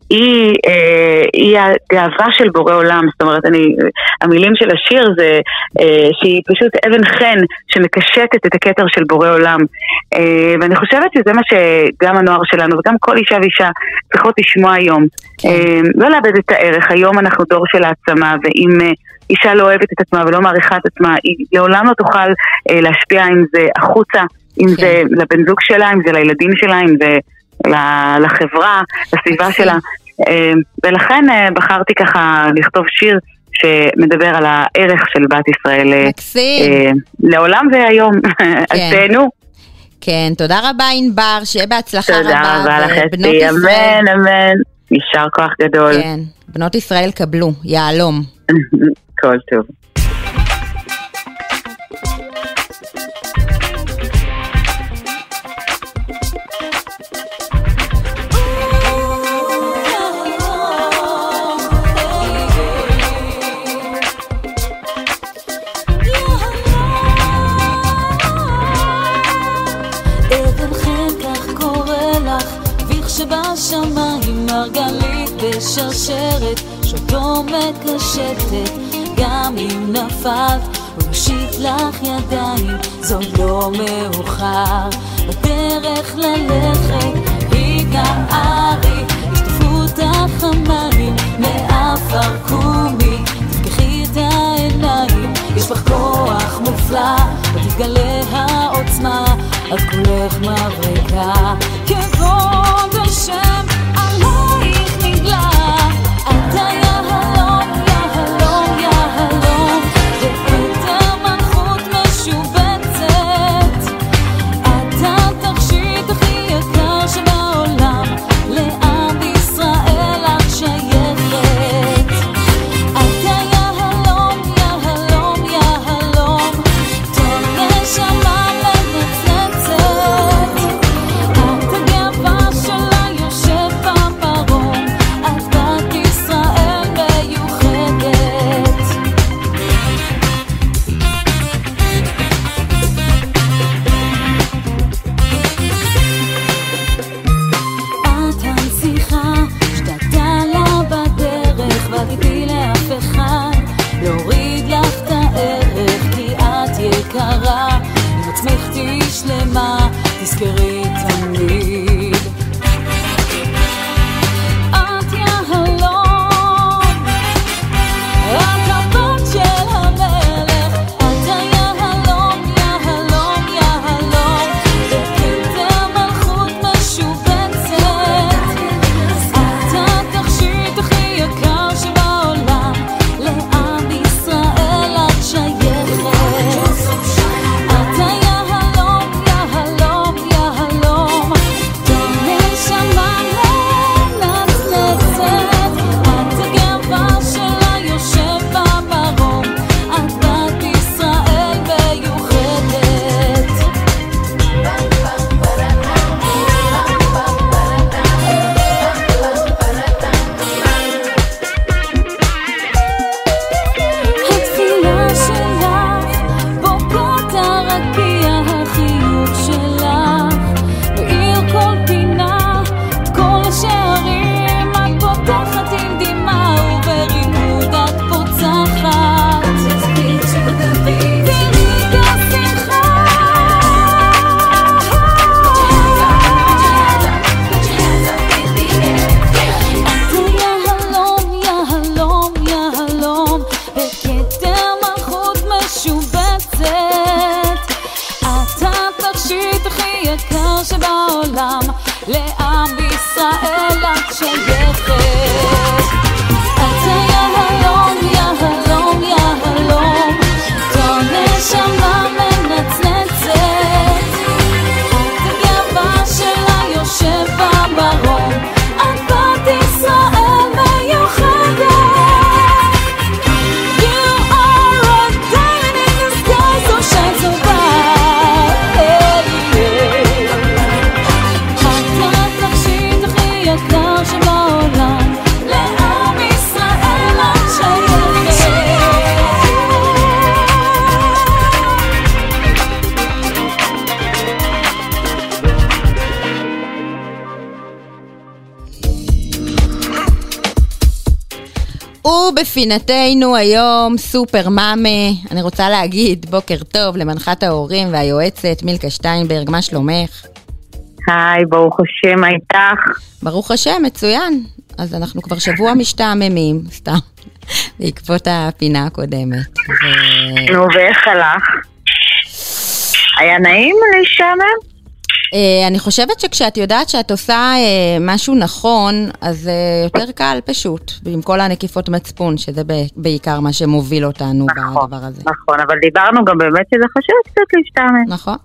היא הגאווה של בורא עולם. זאת אומרת, המילים של השיר זה שהיא פשוט אבן חן שמקשטת את הכתר של בורא עולם, ואני חושבת שזה מה שגם הנוער שלנו וגם כל אישה ואישה צריכות לשמוע היום, לא לאבד את הערך. היום אנחנו דור של העצמה, ואם אישה לא אוהבת את עצמה ולא מעריכה את עצמה, היא לעולם לא תוכל להשפיע, אם זה החוצה, אם זה לבן זוג שלה, אם זה לילדים שלה, אם זה לחברה, לסביבה שלה, ולכן בחרתי ככה לכתוב שיר שמדבר על הערך של בת ישראל לעולם והיום. אז תהנו. כן, תודה רבה ענבר, שיהיה בהצלחה רבה. תודה רבה לך אסתי, אמן, אמן, יישר כוח גדול. כן, בנות ישראל קבלו, יהלום. כל טוב. בשמיים מרגלית בשרשרת שעוד מקשטת, גם אם נפלת ומשיט לך ידיים, זו לא מאוחר, בדרך ללכת היא גערי, ישטפו אותך המים מאפר קומי, תפקחי את העיניים, יש בך כוח מופלא, ותתגלה העוצמה, את כולך מבריקה, כבוד השם עלייך נגלה, אתה יהלום, יהלום, יהלום, וכתר מלכות משובצת, אתה תכשיט הכי יקר שבעולם, לעם ישראל את שייכת, אתה יהלום, יהלום, יהלום, תור נשמה מנצנצת, את הגר ובפינתנו היום סופר מאמה, אני רוצה להגיד בוקר טוב למנחת ההורים והיועצת מילכה שטיינברג, מה שלומך? היי, ברוך השם, מה איתך? ברוך השם, מצוין. אז אנחנו כבר שבוע משתעממים, סתם, בעקבות הפינה הקודמת. נו, ואיך הלך? היה נעים להשתעמם? אני חושבת שכשאת יודעת שאת עושה משהו נכון, אז יותר קל פשוט, עם כל הנקיפות מצפון, שזה בעיקר מה שמוביל אותנו בדבר הזה. נכון, אבל דיברנו גם באמת שזה חשוב קצת להשתעמם. נכון.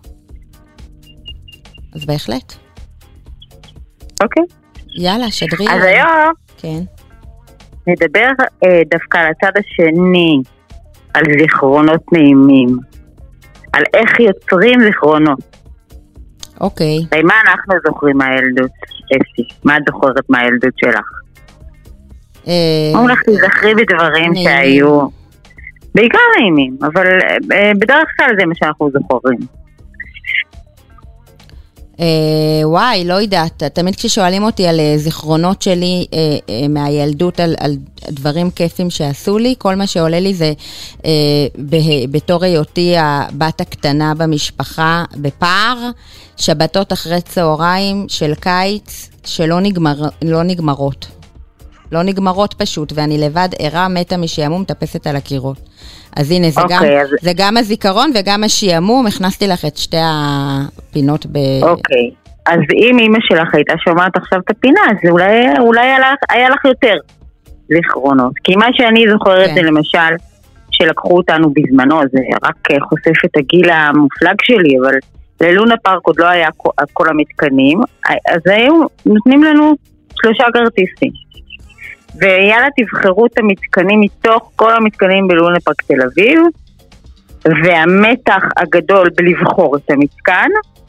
אז בהחלט. אוקיי. יאללה, שדרי. אז היום כן. נדבר דווקא על הצד השני, על זיכרונות נעימים, על איך יוצרים זיכרונות. אוקיי. ומה אנחנו זוכרים מהילדות, אפי? מה את זוכרת מהילדות שלך? הולך תזכרי בדברים שהיו בעיקר נעימים, אבל בדרך כלל זה מה שאנחנו זוכרים. וואי, לא יודעת, תמיד כששואלים אותי על זיכרונות שלי מהילדות, על דברים כיפים שעשו לי, כל מה שעולה לי זה בתור היותי הבת הקטנה במשפחה, בפער, שבתות אחרי צהריים של קיץ שלא נגמרות. לא נגמרות פשוט, ואני לבד ערה מתה משעמום, מטפסת על הקירות. אז הנה, זה גם הזיכרון וגם השעמום, הכנסתי לך את שתי הפינות אוקיי, אז אם אמא שלך הייתה שומעת עכשיו את הפינה, אז אולי היה לך יותר זיכרונות. כי מה שאני זוכרת זה למשל, שלקחו אותנו בזמנו, זה רק חושף את הגיל המופלג שלי, אבל ללונה פארק עוד לא היה כל המתקנים, אז היו נותנים לנו 3 כרטיסים. ויאללה תבחרו את המתקנים מתוך כל המתקנים בלונה פארק תל אביב, והמתח הגדול בלבחור את המתקן,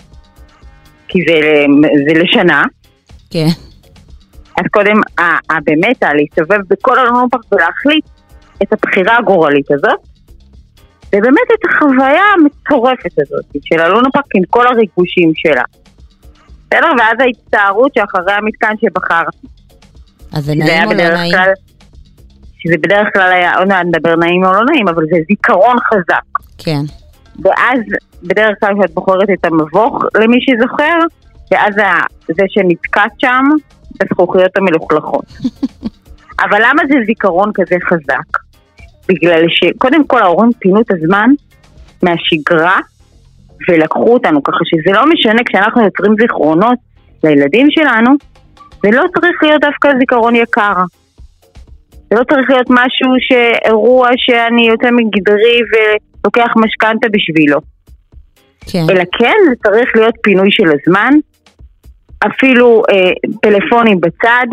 כי זה לשנה. כן. אז קודם, באמת, להסתובב בכל הלונה פארק ולהחליט את הבחירה הגורלית הזאת, ובאמת את החוויה המטורפת הזאת של הלונה פארק עם כל הריגושים שלה. בסדר? ואז ההצטערות שאחרי המתקן שבחרתי. אז זה נעים או לא נעים? שזה בדרך כלל היה, עוד מעט נדבר נעים או לא נעים, אבל זה זיכרון חזק. כן. ואז בדרך כלל שאת בוחרת את המבוך למי שזוכר, ואז זה שנתקעת שם, בזכוכיות המלוכלכות. אבל למה זה זיכרון כזה חזק? בגלל שקודם כל ההורים פינו את הזמן מהשגרה, ולקחו אותנו, ככה שזה לא משנה כשאנחנו יוצרים זיכרונות לילדים שלנו, זה לא צריך להיות דווקא זיכרון יקר. זה לא צריך להיות משהו שאירוע שאני יוצא מגדרי ולוקח משכנתה בשבילו. כן. אלא כן, זה צריך להיות פינוי של הזמן, אפילו טלפונים בצד,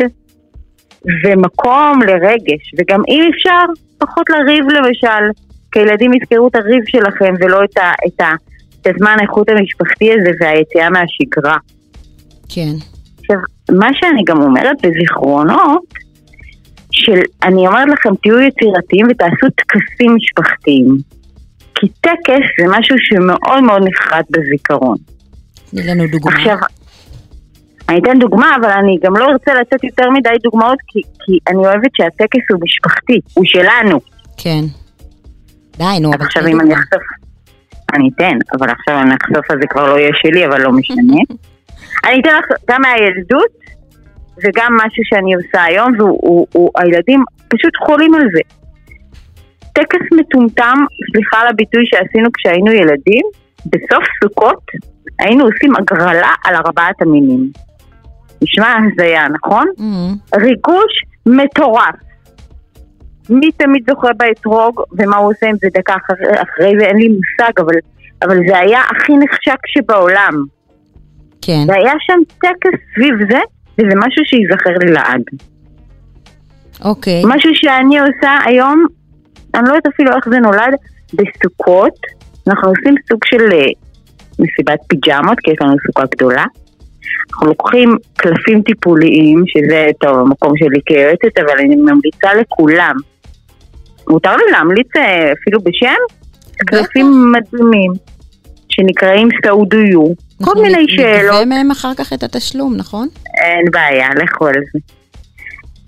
ומקום לרגש. וגם אם אפשר, פחות לריב למשל, כי ילדים יזכרו את הריב שלכם ולא את הזמן האיכות המשפחתי הזה והיציאה מהשגרה. כן. עכשיו, מה שאני גם אומרת בזיכרונות, אני אומרת לכם, תהיו יצירתיים ותעשו טקסים משפחתיים. כי טקס זה משהו שמאוד מאוד נחרט בזיכרון. תני לנו דוגמה. עכשיו, אני אתן דוגמה, אבל אני גם לא ארצה לתת יותר מדי דוגמאות, כי אני אוהבת שהטקס הוא משפחתי, הוא שלנו. כן. די, נו, אבל עכשיו אם אני אחשוף, אני אתן, אבל עכשיו אני אחשוף, אז זה כבר לא יהיה שלי, אבל לא משנה. אני אתן לך גם מהילדות, וגם משהו שאני עושה היום, והילדים פשוט חולים על זה. טקס מטומטם, סליחה על הביטוי שעשינו כשהיינו ילדים, בסוף סוכות היינו עושים הגרלה על 4 המינים. נשמע הזיה, נכון? ריגוש מטורף. מי תמיד זוכר באתרוג, ומה הוא עושה עם זה דקה אחרי זה, אין לי מושג, אבל זה היה הכי נחשק שבעולם. כן. והיה שם טקס סביב זה, וזה משהו שיזכר לי לעד. אוקיי. משהו שאני עושה היום, אני לא יודעת אפילו איך זה נולד, בסוכות, אנחנו עושים סוג של מסיבת פיג'מות, כי יש לנו סוכה גדולה. אנחנו לוקחים קלפים טיפוליים, שזה טוב, המקום שלי כיועצת, אבל אני ממליצה לכולם. מותר לי להמליץ אפילו בשם? קלפים מדהימים, שנקראים סעודויו. כל מיני שאלות. נגבה מהם אחר כך את התשלום, נכון? אין בעיה, לכו על זה.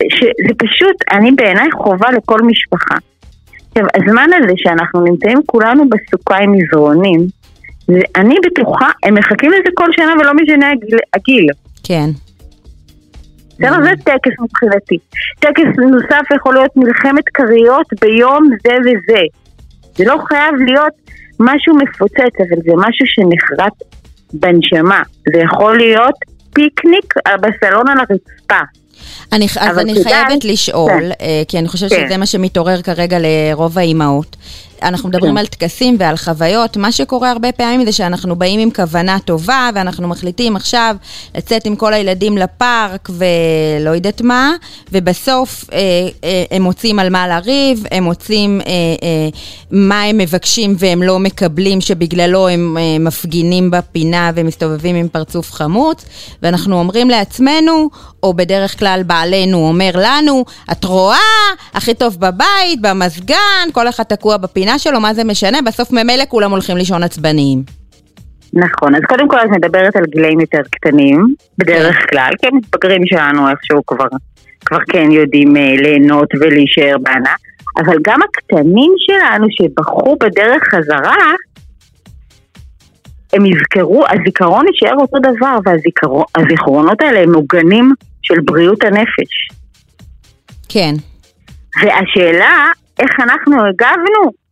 שזה פשוט, אני בעיניי חובה לכל משפחה. עכשיו, הזמן הזה שאנחנו נמצאים כולנו בסוכה עם מזרונים, אני בטוחה, הם מחכים לזה כל שנה ולא משנה הגיל. כן. זה טקס מבחינתי. טקס נוסף יכול להיות מלחמת קריות ביום זה וזה. זה לא חייב להיות משהו מפוצץ, אבל זה משהו שנחרט בנשמה. זה יכול להיות פיקניק בסלון על הרצפה. אז אני חייבת לשאול, כי אני חושבת שזה מה שמתעורר כרגע לרוב האימהות. אנחנו מדברים על טקסים ועל חוויות, מה שקורה הרבה פעמים זה שאנחנו באים עם כוונה טובה, ואנחנו מחליטים עכשיו לצאת עם כל הילדים לפארק ולא יודעת מה, ובסוף הם מוצאים על מה לריב, הם מוצאים מה הם מבקשים והם לא מקבלים, שבגללו הם מפגינים בפינה ומסתובבים עם פרצוף חמוץ, ואנחנו אומרים לעצמנו, או בדרך כלל בעלינו אומר לנו, את רואה, הכי טוב בבית, במסגן, כל אחד תקוע בפינה שלו, מה זה משנה? בסוף ממילא כולם הולכים לישון עצבניים. נכון, אז קודם כל את מדברת על גילאים יותר קטנים, בדרך כלל, כי המתבגרים שלנו איכשהו כבר כן יודעים ליהנות ולהישאר בענה, אבל גם הקטנים שלנו שבחרו בדרך חזרה, הם יזכרו, הזיכרון יישאר אותו דבר, והזיכרונות האלה הם מוגנים של בריאות הנפש. כן. והשאלה, איך אנחנו הגבנו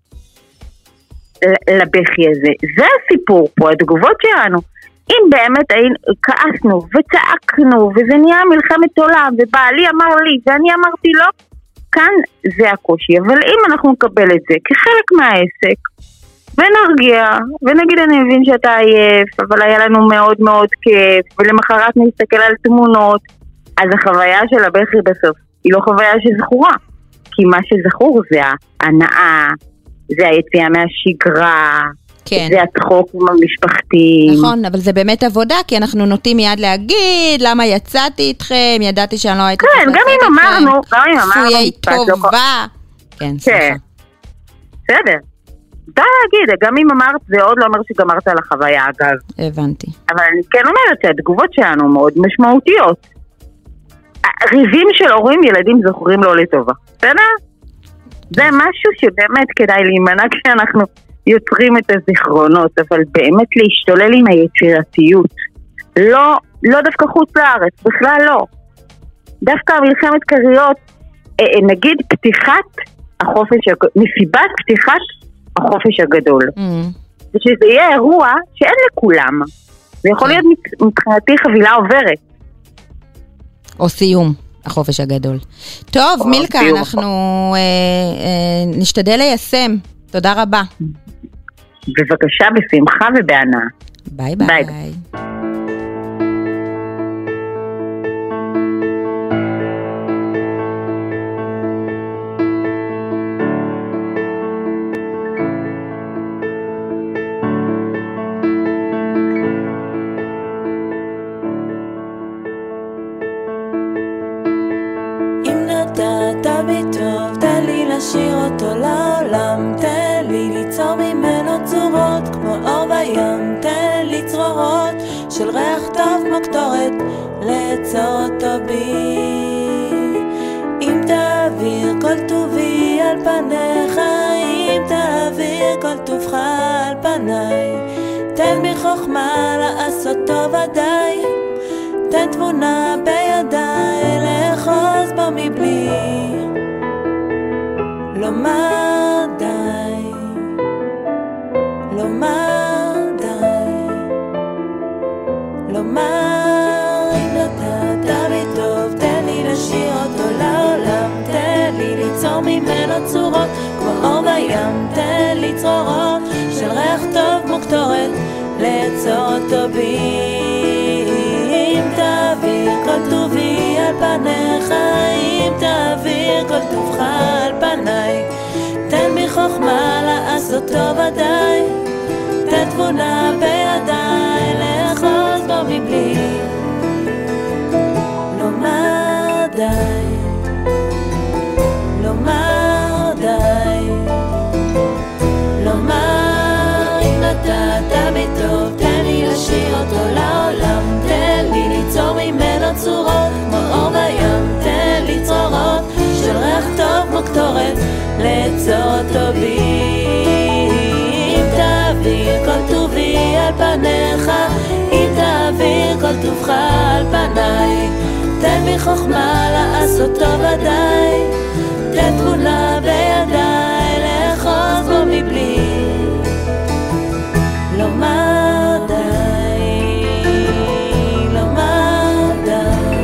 לבכי הזה? זה הסיפור פה, התגובות שלנו. אם באמת כעסנו וצעקנו, וזה נהיה מלחמת עולם, ובעלי אמר לי, ואני אמרתי לו, כאן זה הקושי. אבל אם אנחנו נקבל את זה כחלק מהעסק, ונרגיע, ונגיד אני מבין שאתה עייף, אבל היה לנו מאוד מאוד כיף, ולמחרת נסתכל על תמונות, אז החוויה של הבכי בסוף היא לא חוויה שזכורה, כי מה שזכור זה ההנאה, זה היציאה מהשגרה, כן. זה הצחוק עם המשפחתי. נכון, אבל זה באמת עבודה, כי אנחנו נוטים מיד להגיד, למה יצאתי איתכם, ידעתי שאני לא הייתי כן, גם אם אמרנו, פויי טובה. כן, סליחה. בסדר. די להגיד, גם אם אמרת, זה עוד לא אומר שגמרת על החוויה, אגב. הבנתי. אבל אני כן אומרת שהתגובות שלנו מאוד משמעותיות. ריבים של הורים, ילדים זוכרים לא לטובה. בסדר? זה משהו שבאמת כדאי להימנע כשאנחנו יוצרים את הזיכרונות, אבל באמת להשתולל עם היצירתיות. לא דווקא חוץ לארץ, בכלל לא. דווקא מלחמת קריות, נגיד מסיבת פתיחת החופש הגדול. ושזה יהיה אירוע שאין לכולם. זה יכול להיות מבחינתי חבילה עוברת. או סיום החופש הגדול. טוב, מילכה, אנחנו נשתדל ליישם. תודה רבה. בבקשה, בשמחה ובענה. ביי ביי. לשיר אותו לעולם, תן לי ליצור ממנו צורות כמו אור בים, תן לי צרורות של ריח טוב כמו קטורת, לעצור אותו בי. אם תעביר כל טובי על פניך, אם תעביר כל טובך על פניי, תן בי חוכמה לעשות טוב ודאי, תן תבונה בידיי לאחוז בו מבלי לומר די, לומר די, לומר אם נתת בי טוב, תן לי לשיר אותו לעולם, תן לי ליצור ממנו צורות כמו אור בים, תן לי צרורות של ריח טוב כמו קטורת, לעצור אותו בי. אם תעביר כל טובי על פניך, אם תעביר כל טובך על פניי, תן בי חוכמה לעשות טוב ודאי, תן תבונה בידיי לאחוז בו מבלי לומר די, לומר די, לומר אם נתת בי טוב, תן לי לשיר אותו לעולם, תן לי ליצור ממנו צורות כמו אור בים, תן לי צרורות פניך, אם תעביר כל טובך על פניי, תן בי חוכמה לעשות טוב ודאי, תן תבונה בידיי לאחוז בו מבלי לומר די, לומר די,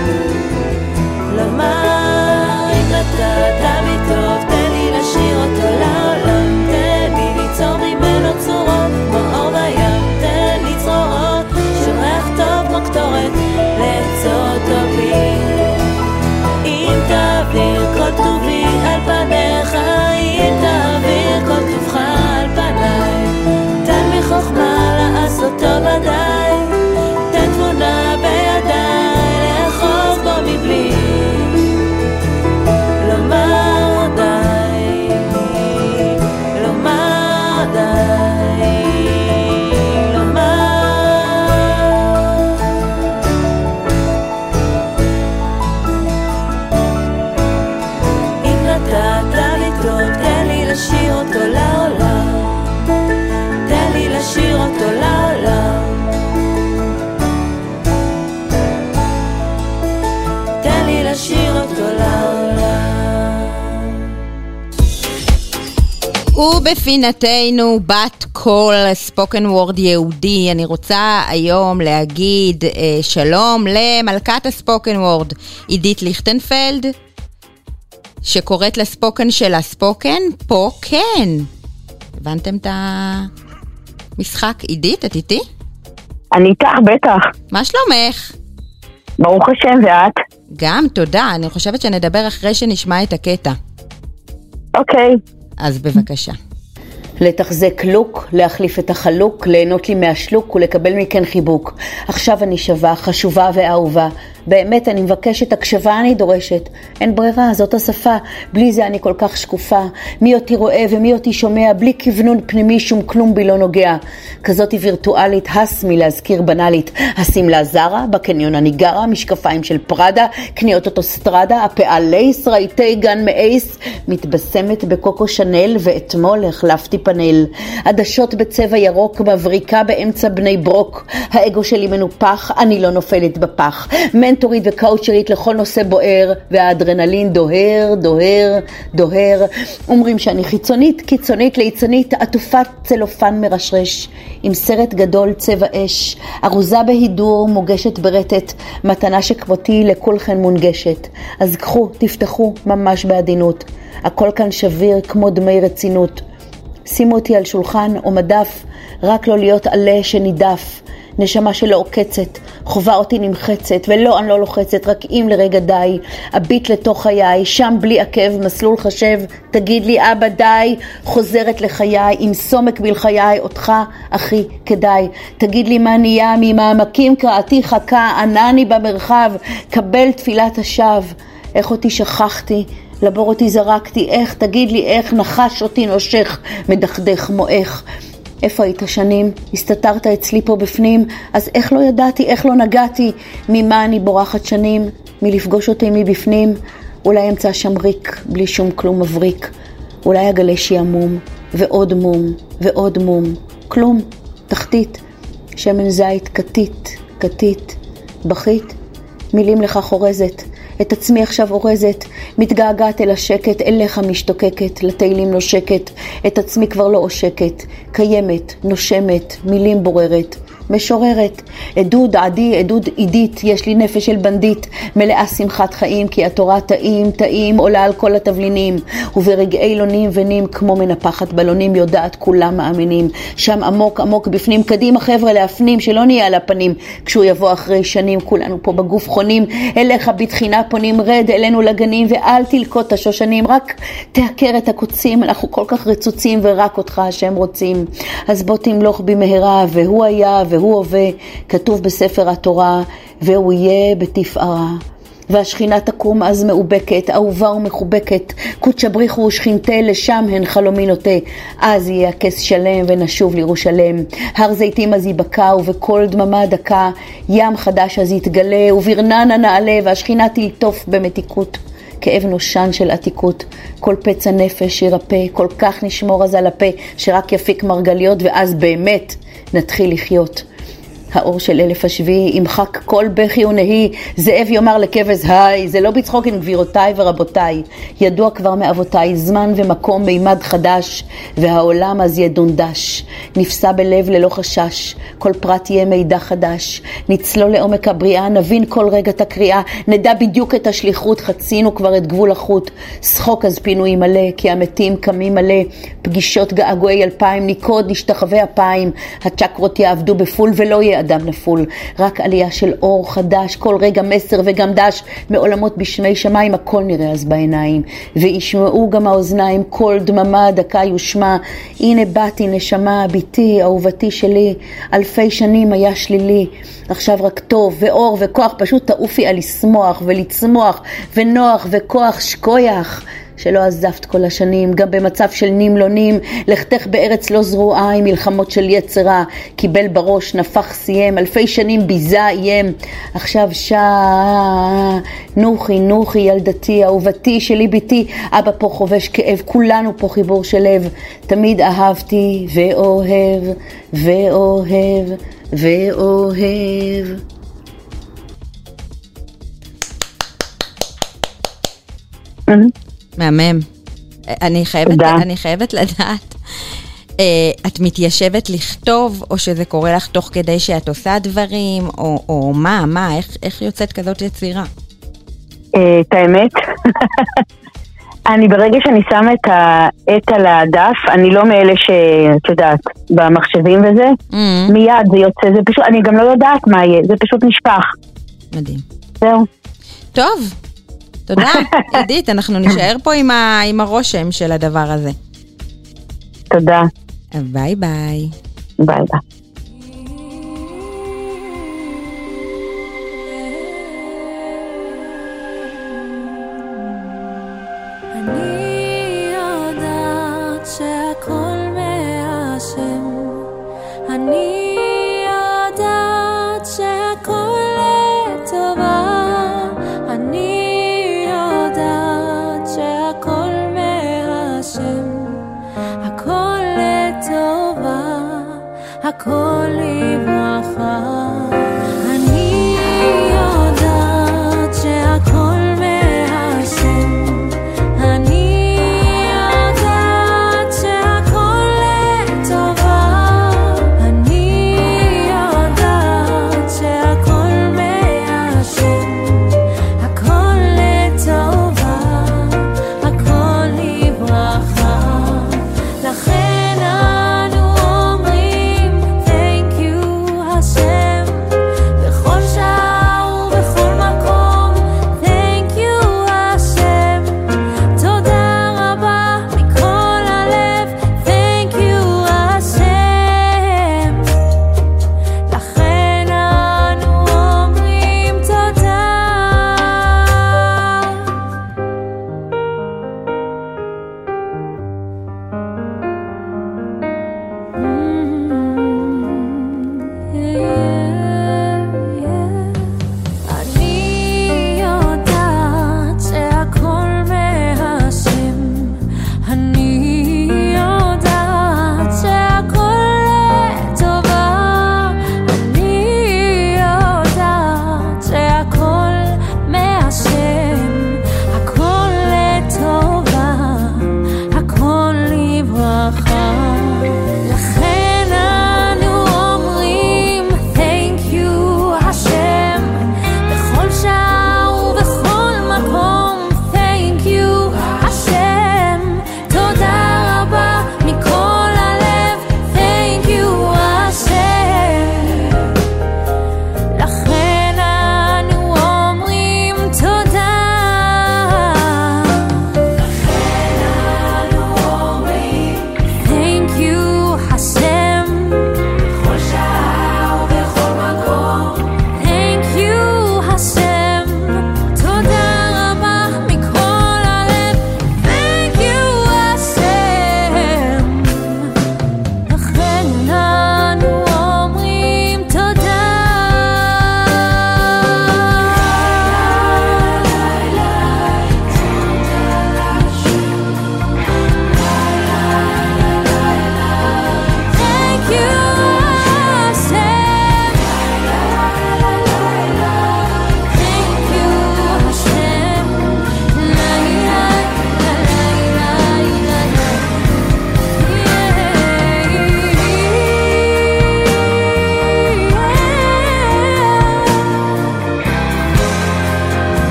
לומר אם נתת בי טוב תן לי לשיר אותו לעולם, תן לי ליצור ממנו צורות כמו אור בים, תן לי צרורות של ריח טוב כמו קטורת לאצור אותו בי, אם תעביר כל טובי על פניך, אם תעביר כל טובך על פניי, תן בי חוכמה לעשות טוב ודאי, תן תבונה בידיי לאחוז בו מבלי לומר די, לומר די, לומר אם נתת לי טוב תן לי לשיר אותו לעולם, תן לי לשיר אותו לעולם, תן לי לשיר אותו לעולם. ובפינתנו בת קול ספוקן וורד יהודי. אני רוצה היום להגיד שלום למלכת הספוקן וורד עידית ליכטנפלד, שקוראת לספוקן של הספוקן פה כן. הבנתם את המשחק? עידית, את איתי? אני איתך, בטח. מה שלומך? ברוך השם, ואת? גם, תודה. אני חושבת שנדבר אחרי שנשמע את הקטע. אוקיי. אז בבקשה. לתחזק לוק, להחליף את החלוק, ליהנות לי מהשלוק ולקבל מכן חיבוק. עכשיו אני שווה, חשובה ואהובה. באמת אני מבקשת, הקשבה אני דורשת. אין ברירה, זאת השפה. בלי זה אני כל כך שקופה. מי אותי רואה ומי אותי שומע, בלי כוונון פנימי שום כלום בי לא נוגע. כזאת היא וירטואלית, הס מלהזכיר בנאלית. הסמלה זרה, בקניון אני גרה, משקפיים של פרדה, קניות אוטוסטרדה, הפאה לייס, רהיטי גן מאייס, מתבשמת בקוקו שנל, ואתמול החלפתי פנל. עדשות בצבע ירוק, מבריקה באמצע בני ברוק. האגו שלי מנופח, אני לא נופלת בפח. מנטורית וקאוצ'רית לכל נושא בוער, והאדרנלין דוהר, דוהר, דוהר. אומרים שאני חיצונית, קיצונית, ליצנית, עטופת צלופן מרשרש, עם סרט גדול צבע אש, ארוזה בהידור, מוגשת ברטט, מתנה שכמותי לכולכן מונגשת. אז קחו, תפתחו, ממש בעדינות. הכל כאן שביר כמו דמי רצינות. שימו אותי על שולחן או מדף, רק לא להיות עלה שנידף. נשמה שלא עוקצת, חובה אותי נמחצת, ולא, אני לא לוחצת, רק אם לרגע די, הביט לתוך חיי, שם בלי עקב, מסלול חשב, תגיד לי אבא די, חוזרת לחיי, עם סומק בלחיי, אותך אחי כדאי, תגיד לי מה נהיה, ממעמקים קראתי חכה, ענני במרחב, קבל תפילת השב, איך אותי שכחתי, לבור אותי זרקתי, איך, תגיד לי איך, נחש אותי נושך, מדכדך מואך, איפה היית שנים? הסתתרת אצלי פה בפנים, אז איך לא ידעתי, איך לא נגעתי? ממה אני בורחת שנים? מלפגוש אותי מבפנים? אולי אמצא שם ריק, בלי שום כלום מבריק. אולי אגלה שיעמום, ועוד מום, ועוד מום. כלום, תחתית, שמן זית, קטית, קטית, בכית, מילים לך חורזת. את עצמי עכשיו אורזת, מתגעגעת אל השקט, אליך משתוקקת, לתהילים נושקת, את עצמי כבר לא עושקת, קיימת, נושמת, מילים בוררת, משוררת, עדוד עדי, עדוד עידית, יש לי נפש של בנדית, מלאה שמחת חיים, כי התורה טעים, טעים, עולה על כל התבלינים, וברגעי לונים ונים, כמו מנפחת בלונים, יודעת כולם מאמינים, שם עמוק עמוק בפנים, קדימה חבר'ה להפנים, שלא נהיה על הפנים, כשהוא יבוא אחרי שנים, כולנו פה בגוף חונים, אליך בתחינה פונים, רד אלינו לגנים, ואל תלקוט השושנים, רק תעקר את הקוצים, אנחנו כל כך רצוצים, ורק אותך השם רוצים, אז בוא תמלוך במהרה, והוא היה, והוא הווה, כתוב בספר התורה, והוא יהיה בתפארה. והשכינה תקום אז מאובקת, אהובה ומחובקת, קודשא בריחו ושכינתה, לשם הן חלומי נוטה, אז יהיה הכס שלם ונשוב לירושלם, הר זיתים אז ייבקע ובכל דממה דקה, ים חדש אז יתגלה וברננה נעלה, והשכינה תלטוף במתיקות, כאב נושן של עתיקות, כל פצע נפש ירפא, כל כך נשמור אז על הפה, שרק יפיק מרגליות, ואז באמת נתחיל לחיות. האור של 1000 השביעי ימחק כל בכי ונהי, זאב יאמר לכבש היי, זה לא בצחוק עם גבירותיי ורבותיי, ידוע כבר מאבותיי, זמן ומקום מימד חדש, והעולם אז ידונדש, נפסע בלב ללא חשש, כל פרט יהיה מידע חדש, נצלול לעומק הבריאה, נבין כל רגע את הקריאה, נדע בדיוק את השליחות, חצינו כבר את גבול החוט, שחוק אז פינוי מלא, כי המתים קמים מלא, פגישות געגועי 2000, ניקוד נשתחווה אפיים, הצ'קרות יעבדו בפול ולא יהיה אדם נפול, רק עלייה של אור חדש, כל רגע מסר וגם דש, מעולמות בשמי שמיים, הכל נראה אז בעיניים, וישמעו גם האוזניים, כל דממה דקה יושמע, הנה באתי נשמה, ביתי, אהובתי שלי, 1000 שנים היה שלילי, עכשיו רק טוב ואור וכוח, פשוט תעופי על לשמוח ולצמוח, ונוח וכוח שכויח, שלא עזבת כל השנים, גם במצב של נמלונים, לכתך בארץ לא זרועה, עם מלחמות של יצרה, קיבל בראש, נפח סיים, 1000 שנים ביזה איים, עכשיו נוחי, נוחי ילדתי, אהובתי שלי ביתי, אבא פה חובש כאב, כולנו פה חיבור של לב, תמיד אהבתי ואוהב, ואוהב, ואוהב. מהמם. אני חייבת לדעת, את מתיישבת לכתוב, או שזה קורה לך תוך כדי שאת עושה דברים, או מה, איך יוצאת כזאת יצירה? את האמת, אני ברגע שאני שמה את העט על הדף, אני לא מאלה שאת יודעת, במחשבים וזה, מיד זה יוצא, זה פשוט, אני גם לא יודעת מה יהיה, זה פשוט נשפך. מדהים. זהו. טוב. תודה, עידית, אנחנו נשאר פה עם הרושם של הדבר הזה. תודה. ביי ביי. ביי ביי. אני יודעת שהכל מהשם, אני יודעת שהכל לטובה, אני יודעת שהכל מהשם, הכל לטובה, הכל לברכה. אני יודעת שהכל מהשם, אני יודעת שהכל לטובה, אני יודעת שהכל מהשם, הכל לטובה, הכל לברכה. לכן אנו אומרים thank you השם.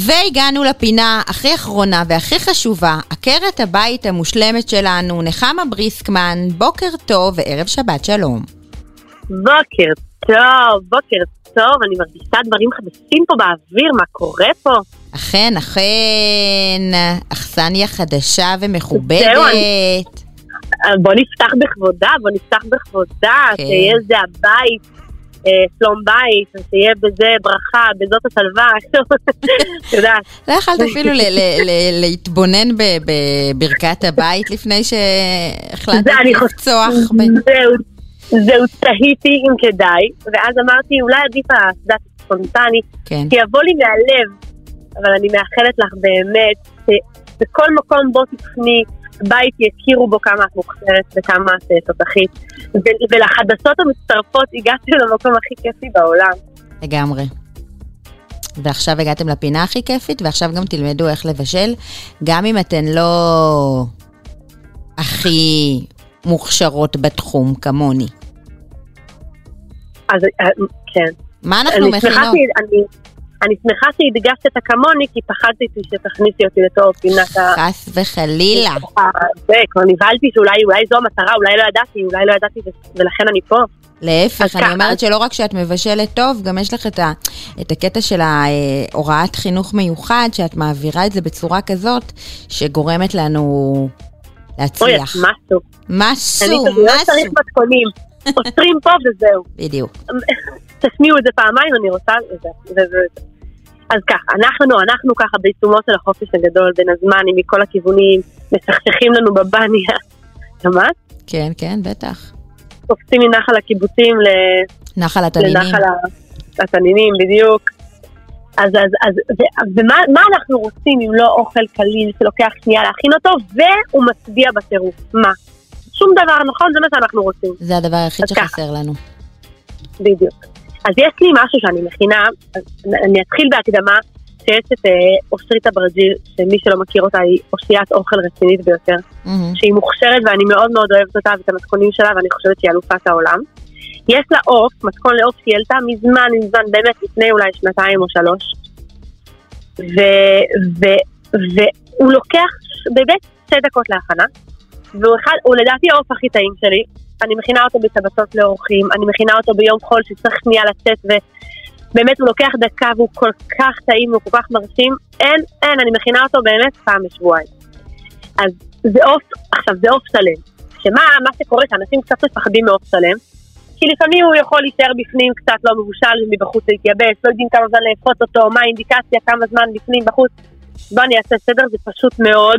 והגענו לפינה הכי אחרונה והכי חשובה, עקרת הבית המושלמת שלנו, נחמה בריסקמן, בוקר טוב וערב שבת שלום. בוקר טוב, אני מרגישה דברים חדשים פה באוויר, מה קורה פה? אכן, אכסניה חדשה ומכובדת. בוא נפתח בכבודה, שיהיה זה הבית, שלום בית, שיהיה בזה ברכה, בזאת השלווה, תודה. לא יכולת אפילו להתבונן בברכת הבית לפני שהחלטת לפצוח. זהו, תהיתי אם כדאי, ואז אמרתי אולי עדיף הסדת ספונטני, כי יבוא לי מהלב, אבל אני מאחלת לך באמת, שבכל מקום בו תפני, בית יכירו בו כמה את מוכשרת וכמה את תותחית, ולחדשות המצטרפות הגעתי למקום הכי כיפי בעולם. לגמרי. ועכשיו הגעתם לפינה הכי כיפית, ועכשיו גם תלמדו איך לבשל, גם אם אתן לא הכי מוכשרות בתחום כמוני. אז כן. מה אנחנו מכינות? אני שמחה שהדגשת את הכמוני, כי פחדתי שתכניסי אותי לתור פינת חס וחלילה. כבר נבהלתי שאולי זו המטרה, אולי לא ידעתי, ולכן אני פה. להפך, אני אומרת שלא רק שאת מבשלת טוב, גם יש לך את הקטע של ההוראת חינוך מיוחד, שאת מעבירה את זה בצורה כזאת, שגורמת לנו להצליח. אוי, משהו. אני לא צריך מתכונים. עוצרים פה וזהו. בדיוק. תשמיעו את זה פעמיים, אני רוצה וזה. אז ככה, אנחנו ככה בעיצומו של החופש הגדול, בין הזמנים, מכל הכיוונים, משחשכים לנו בבניה. שמעת? כן, כן, בטח. קופצים מנחל הקיבוצים לנחל התנינים. לנחל התנינים, בדיוק. אז ומה אנחנו רוצים אם לא אוכל קליל שלוקח שנייה להכין אותו, והוא מצביע בטירוף? מה? שום דבר, נכון? זה מה שאנחנו רוצים. זה הדבר היחיד שחסר לנו. בדיוק. אז יש לי משהו שאני מכינה, אני אתחיל בהקדמה, שיש את אושרית אברג'יל, שמי שלא מכיר אותה היא אושיית אוכל רצינית ביותר, שהיא מוכשרת ואני מאוד מאוד אוהבת אותה ואת המתכונים שלה, ואני חושבת שהיא אלופת העולם. יש לה אוף, מתכון לאוף שהיא העלתה מזמן, באמת לפני אולי 2 או 3, והוא לוקח באמת 2 דקות להכנה, והוא לדעתי האוף הכי טעים שלי. אני מכינה אותו בשבתות לאורחים, אני מכינה אותו ביום חול שצריך שנייה לצאת, ובאמת הוא לוקח דקה והוא כל כך טעים, הוא כל כך מרשים. אין, אני מכינה אותו באמת פעם בשבועיים. אז זה אוף שלם. שמה שקורה שאנשים קצת מפחדים מאוף שלם, כי לפעמים הוא יכול להישאר בפנים קצת לא מבושל, מבחוץ להתייבש, לא יודעים כמה זמן לאפות אותו, מה האינדיקציה, כמה זמן בפנים, בחוץ. בוא אני אעשה סדר, זה פשוט מאוד,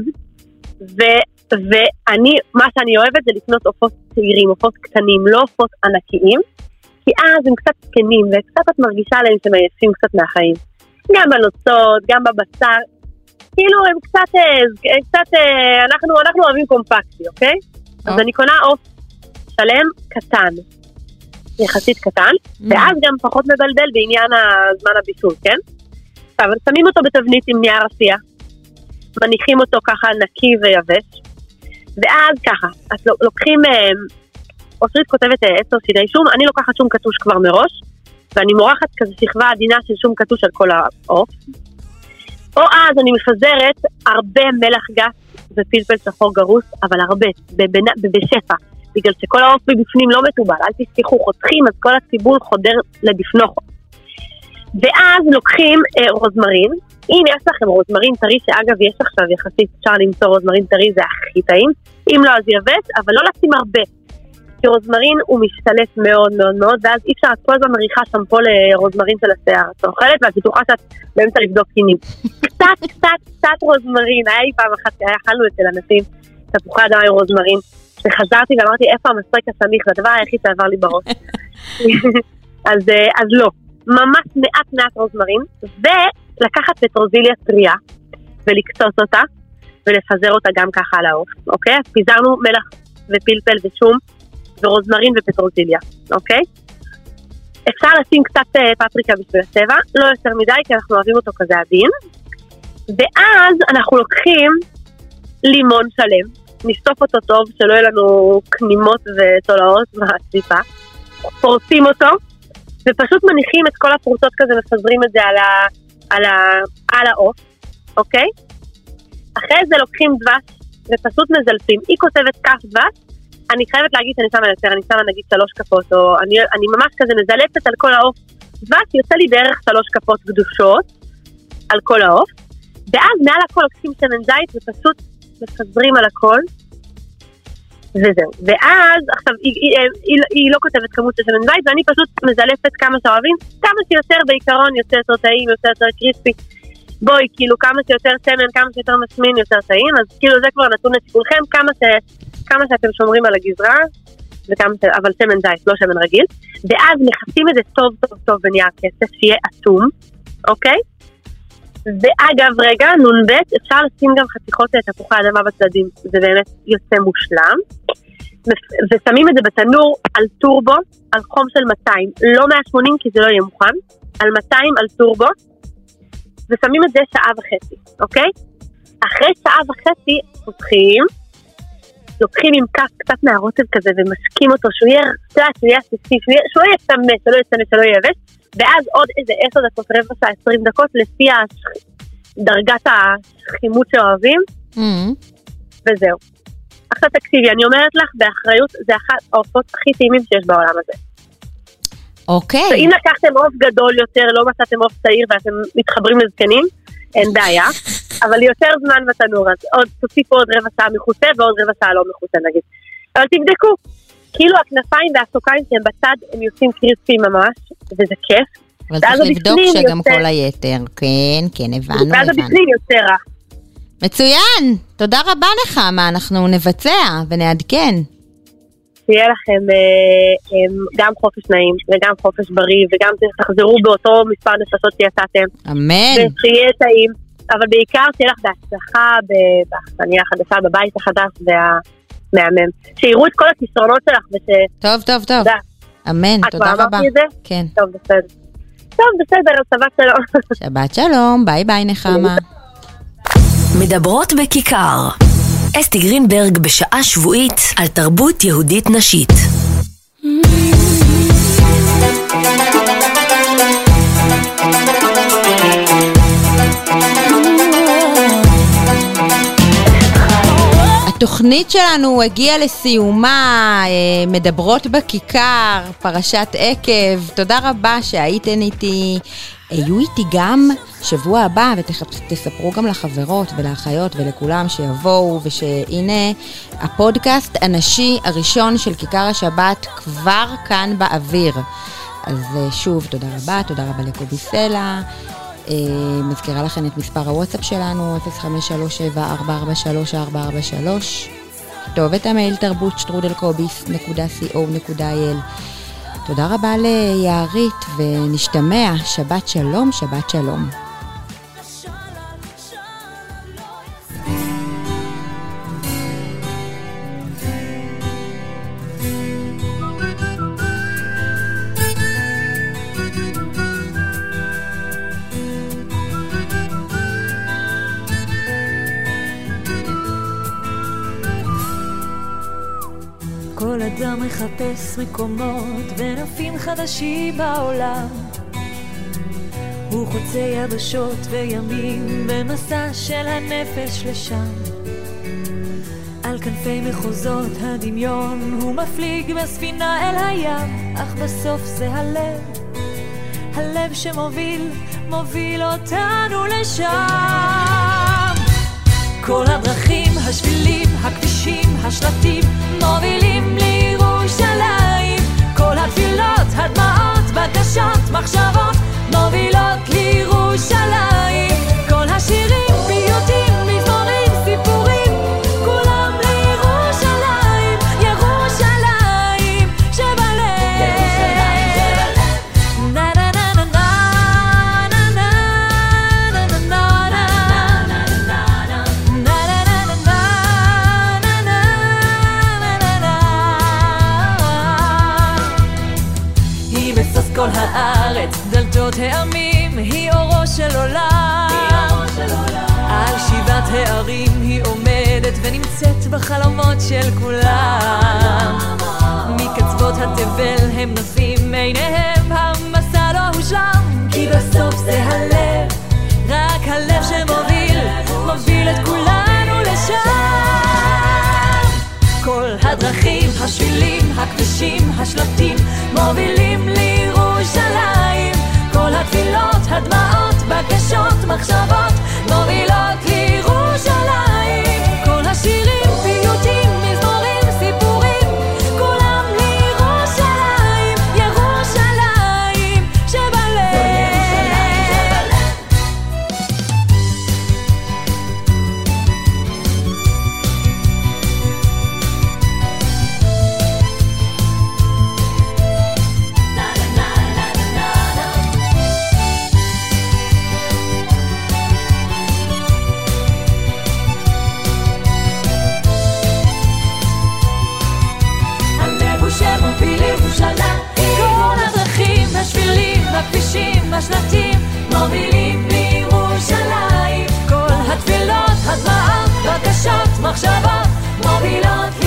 מה שאני אוהבת זה לקנות עופות צעירים, עופות קטנים, לא עופות ענקיים, כי אז הם קצת סקנים, וקצת את מרגישה להם שהם עייפים קצת מהחיים. גם בנוצות, גם בבשר, כאילו הם קצת אנחנו אוהבים קומפקטי, אוקיי? אז אני קונה עוף שלם קטן, יחסית קטן, ואז גם פחות מבלבל בעניין הזמן הבישול, כן? אבל שמים אותו בתבנית עם נייר עשייה, מניחים אותו ככה נקי ויבש, ואז ככה, אז לוקחים, אושרית כותבת 10 שיני שום, אני לוקחת שום קטוש כבר מראש, ואני מורחת כזה שכבה עדינה של שום קטוש על כל העוף, או אז אני מפזרת הרבה מלח גס ופלפל שחור גרוס, אבל הרבה, בשפע, בגלל שכל העוף בבפנים לא מטובל, אל תשכחו, חותכים, אז כל הציבול חודר לבפנוך. ואז לוקחים רוזמרין, אם יש לכם רוזמרין טרי, שאגב יש עכשיו יחסית, אפשר למצוא רוזמרין טרי, זה הכי טעים, אם לא אז יבש, אבל לא לשים הרבה, כי רוזמרין הוא משתלט מאוד מאוד מאוד, ואז אי אפשר כל הזמן מריחה שמפו לרוזמרין של השיער, את אוכלת ואת בטוחה שאת באמצע לבדוק קינים. קצת רוזמרין, היה לי פעם אחת, אכלנו אצל אנשים, תפוחי אדמה עם רוזמרין, וחזרתי ואמרתי איפה המסריק הסמיך, זה הדבר היחיד שעבר לי בראש. אז לא, ממש מעט רוזמרין, ולקחת פטרוזיליה טריה, ולקצוץ אותה, ולפזר אותה גם ככה על העוף, אוקיי? אז פיזרנו מלח ופלפל ושום, ורוזמרין ופטרוזיליה, אוקיי? אפשר לשים קצת פפריקה בשביל הצבע, לא יותר מדי, כי אנחנו אוהבים אותו כזה עדין, ואז אנחנו לוקחים לימון שלם, נשטוף אותו טוב, שלא יהיה לנו קנימות ותולעות מהצליפה, פורצים אותו, ופשוט מניחים את כל הפרוצות כזה, מפזרים את זה על העוף, אוקיי? אחרי זה לוקחים דבש ופשוט מזלפים. היא כותבת כף דבש, אני חייבת להגיד שאני שמה יותר, אני שמה נגיד 3 כפות, או אני ממש כזה מזלפת על כל העוף. דבש יוצא לי בערך 3 כפות גדושות על כל העוף, ואז מעל הכל לוקחים שמן זית ופשוט מפזרים על הכל, וזהו. ואז, עכשיו, היא לא כותבת כמות של שמן זית, ואני פשוט מזלפת כמה שאוהבים, כמה שיותר בעיקרון, יותר טעים, יותר קריספי. בואי, כאילו, כמה שיותר סמן, כמה שיותר מסמין, יותר טעים, אז כאילו זה כבר נתון לשיקולכם, כמה שאתם שומרים על הגזרה, אבל שמן זית, לא שמן רגיל, ואז מכסים את זה טוב טוב טוב ונהיה הכסף, שיהיה אטום, אוקיי? ואגב, רגע, נונבט, אפשר לשים גם חתיכות תפוחי אדמה בצדדים, זה באמת יוצא מושלם, ושמים את זה בתנור על טורבו, על חום של 200, לא 180 כי זה לא יהיה מוכן, על 200 על טורבו, ושמים את זה 1.5 שעות, אוקיי? אחרי 1.5 שעות פותחים, לוקחים עם כף קצת מהרוטב כזה ומשקים אותו, שהוא יהיה סיסי, שהוא יהיה צמא, שלא יהיה יבש, ואז עוד איזה 10 דקות, רבע שעה, 20 דקות, לפי דרגת החימות שאוהבים, וזהו. עכשיו תקשיבי, אני אומרת לך, באחריות, זה אחת העופות הכי טעימים שיש בעולם הזה. אוקיי. אם לקחתם עוף גדול יותר, לא מצאתם עוף צעיר, ואתם מתחברים לזקנים, אין בעיה, אבל יותר זמן בתנור, אז עוד תוסיפו עוד רבע שעה מחוצה, ועוד רבע שעה לא מחוצה נגיד. אבל תבדקו, כאילו הכנפיים והסוקיים שהם בצד, הם יוצאים קריספיים ממש, וזה כיף. אבל צריך לבדוק שגם כל היתר, כן, הבנו. ואז הבפנים יוצא רע. מצוין, תודה רבה לך, מה אנחנו נבצע ונעדכן. שיהיה לכם גם חופש נעים וגם חופש בריא וגם תחזרו באותו מספר נפשות שיצאתם. אמן. ושיהיה טעים, אבל בעיקר תהיה לך בהצלחה באכסניה החדשה, בבית החדש והמהמם. שיראו את כל הכיסרונות שלך טוב. אמן, תודה רבה. כן. טוב, בסדר, שבת שלום. שבת שלום, ביי ביי נחמה. מדברות בכיכר. אסתי גרינברג בשעה שבועית על תרבות יהודית נשית. התוכנית שלנו הגיעה לסיומה, מדברות בכיכר, פרשת עקב. תודה רבה שהייתן איתי. היו איתי גם שבוע הבא, ותספרו גם לחברות ולאחיות ולכולם שיבואו, ושהנה הפודקאסט הנשי הראשון של כיכר השבת כבר כאן באוויר. אז שוב, תודה רבה לקובי סלע. מזכירה לכם את מספר הוואטסאפ שלנו, 0537-443-443. כתובת המייל תרבות@kobi.co.il. תודה רבה ליערית, ונשתמע. שבת שלום, שבת שלום. כל אדם מחפש מקומות ונופים חדשים בעולם, הוא חוצה יבשות וימים במסע של הנפש לשם. על כנפי מחוזות הדמיון הוא מפליג בספינה אל הים, אך בסוף זה הלב שמוביל אותנו לשם. כל הדרכים, השבילים, הכבישים, השלטים מובילים לירושלים. כל התפילות, הדמעות, בקשות, מחשבות מובילות לירושלים. כל השירים, פיוטים, מזמורים, סיפורים, כולם לירושלים. ירושלים שבלב, ירושלים שבלב. נה נה נה נה נה נה נה נה נה כל הארץ, דלתות העמים, היא אורו של עולם. על 7 הערים היא עומדת ונמצאת בחלומות של כולם. מקצוות התבל הם נושאים עיניהם, המסע לא הושלם, כי בסוף זה רק הלב שמוביל, מוביל את כולנו לשם. כל הדרכים, השבילים, הכבישים, השלטים, מובילים לירושלים. כל התפילות, הדמעות, בקשות, מחשבות, מובילות לירושלים. כל השירים, פיוטים, מזמורים, סיפורים, כולם לירושלים, ירושלים שבלב. הכבישים, השלטים, מובילים לירושלים. כל התפילות, הדמעות, בקשות, מחשבות, מובילות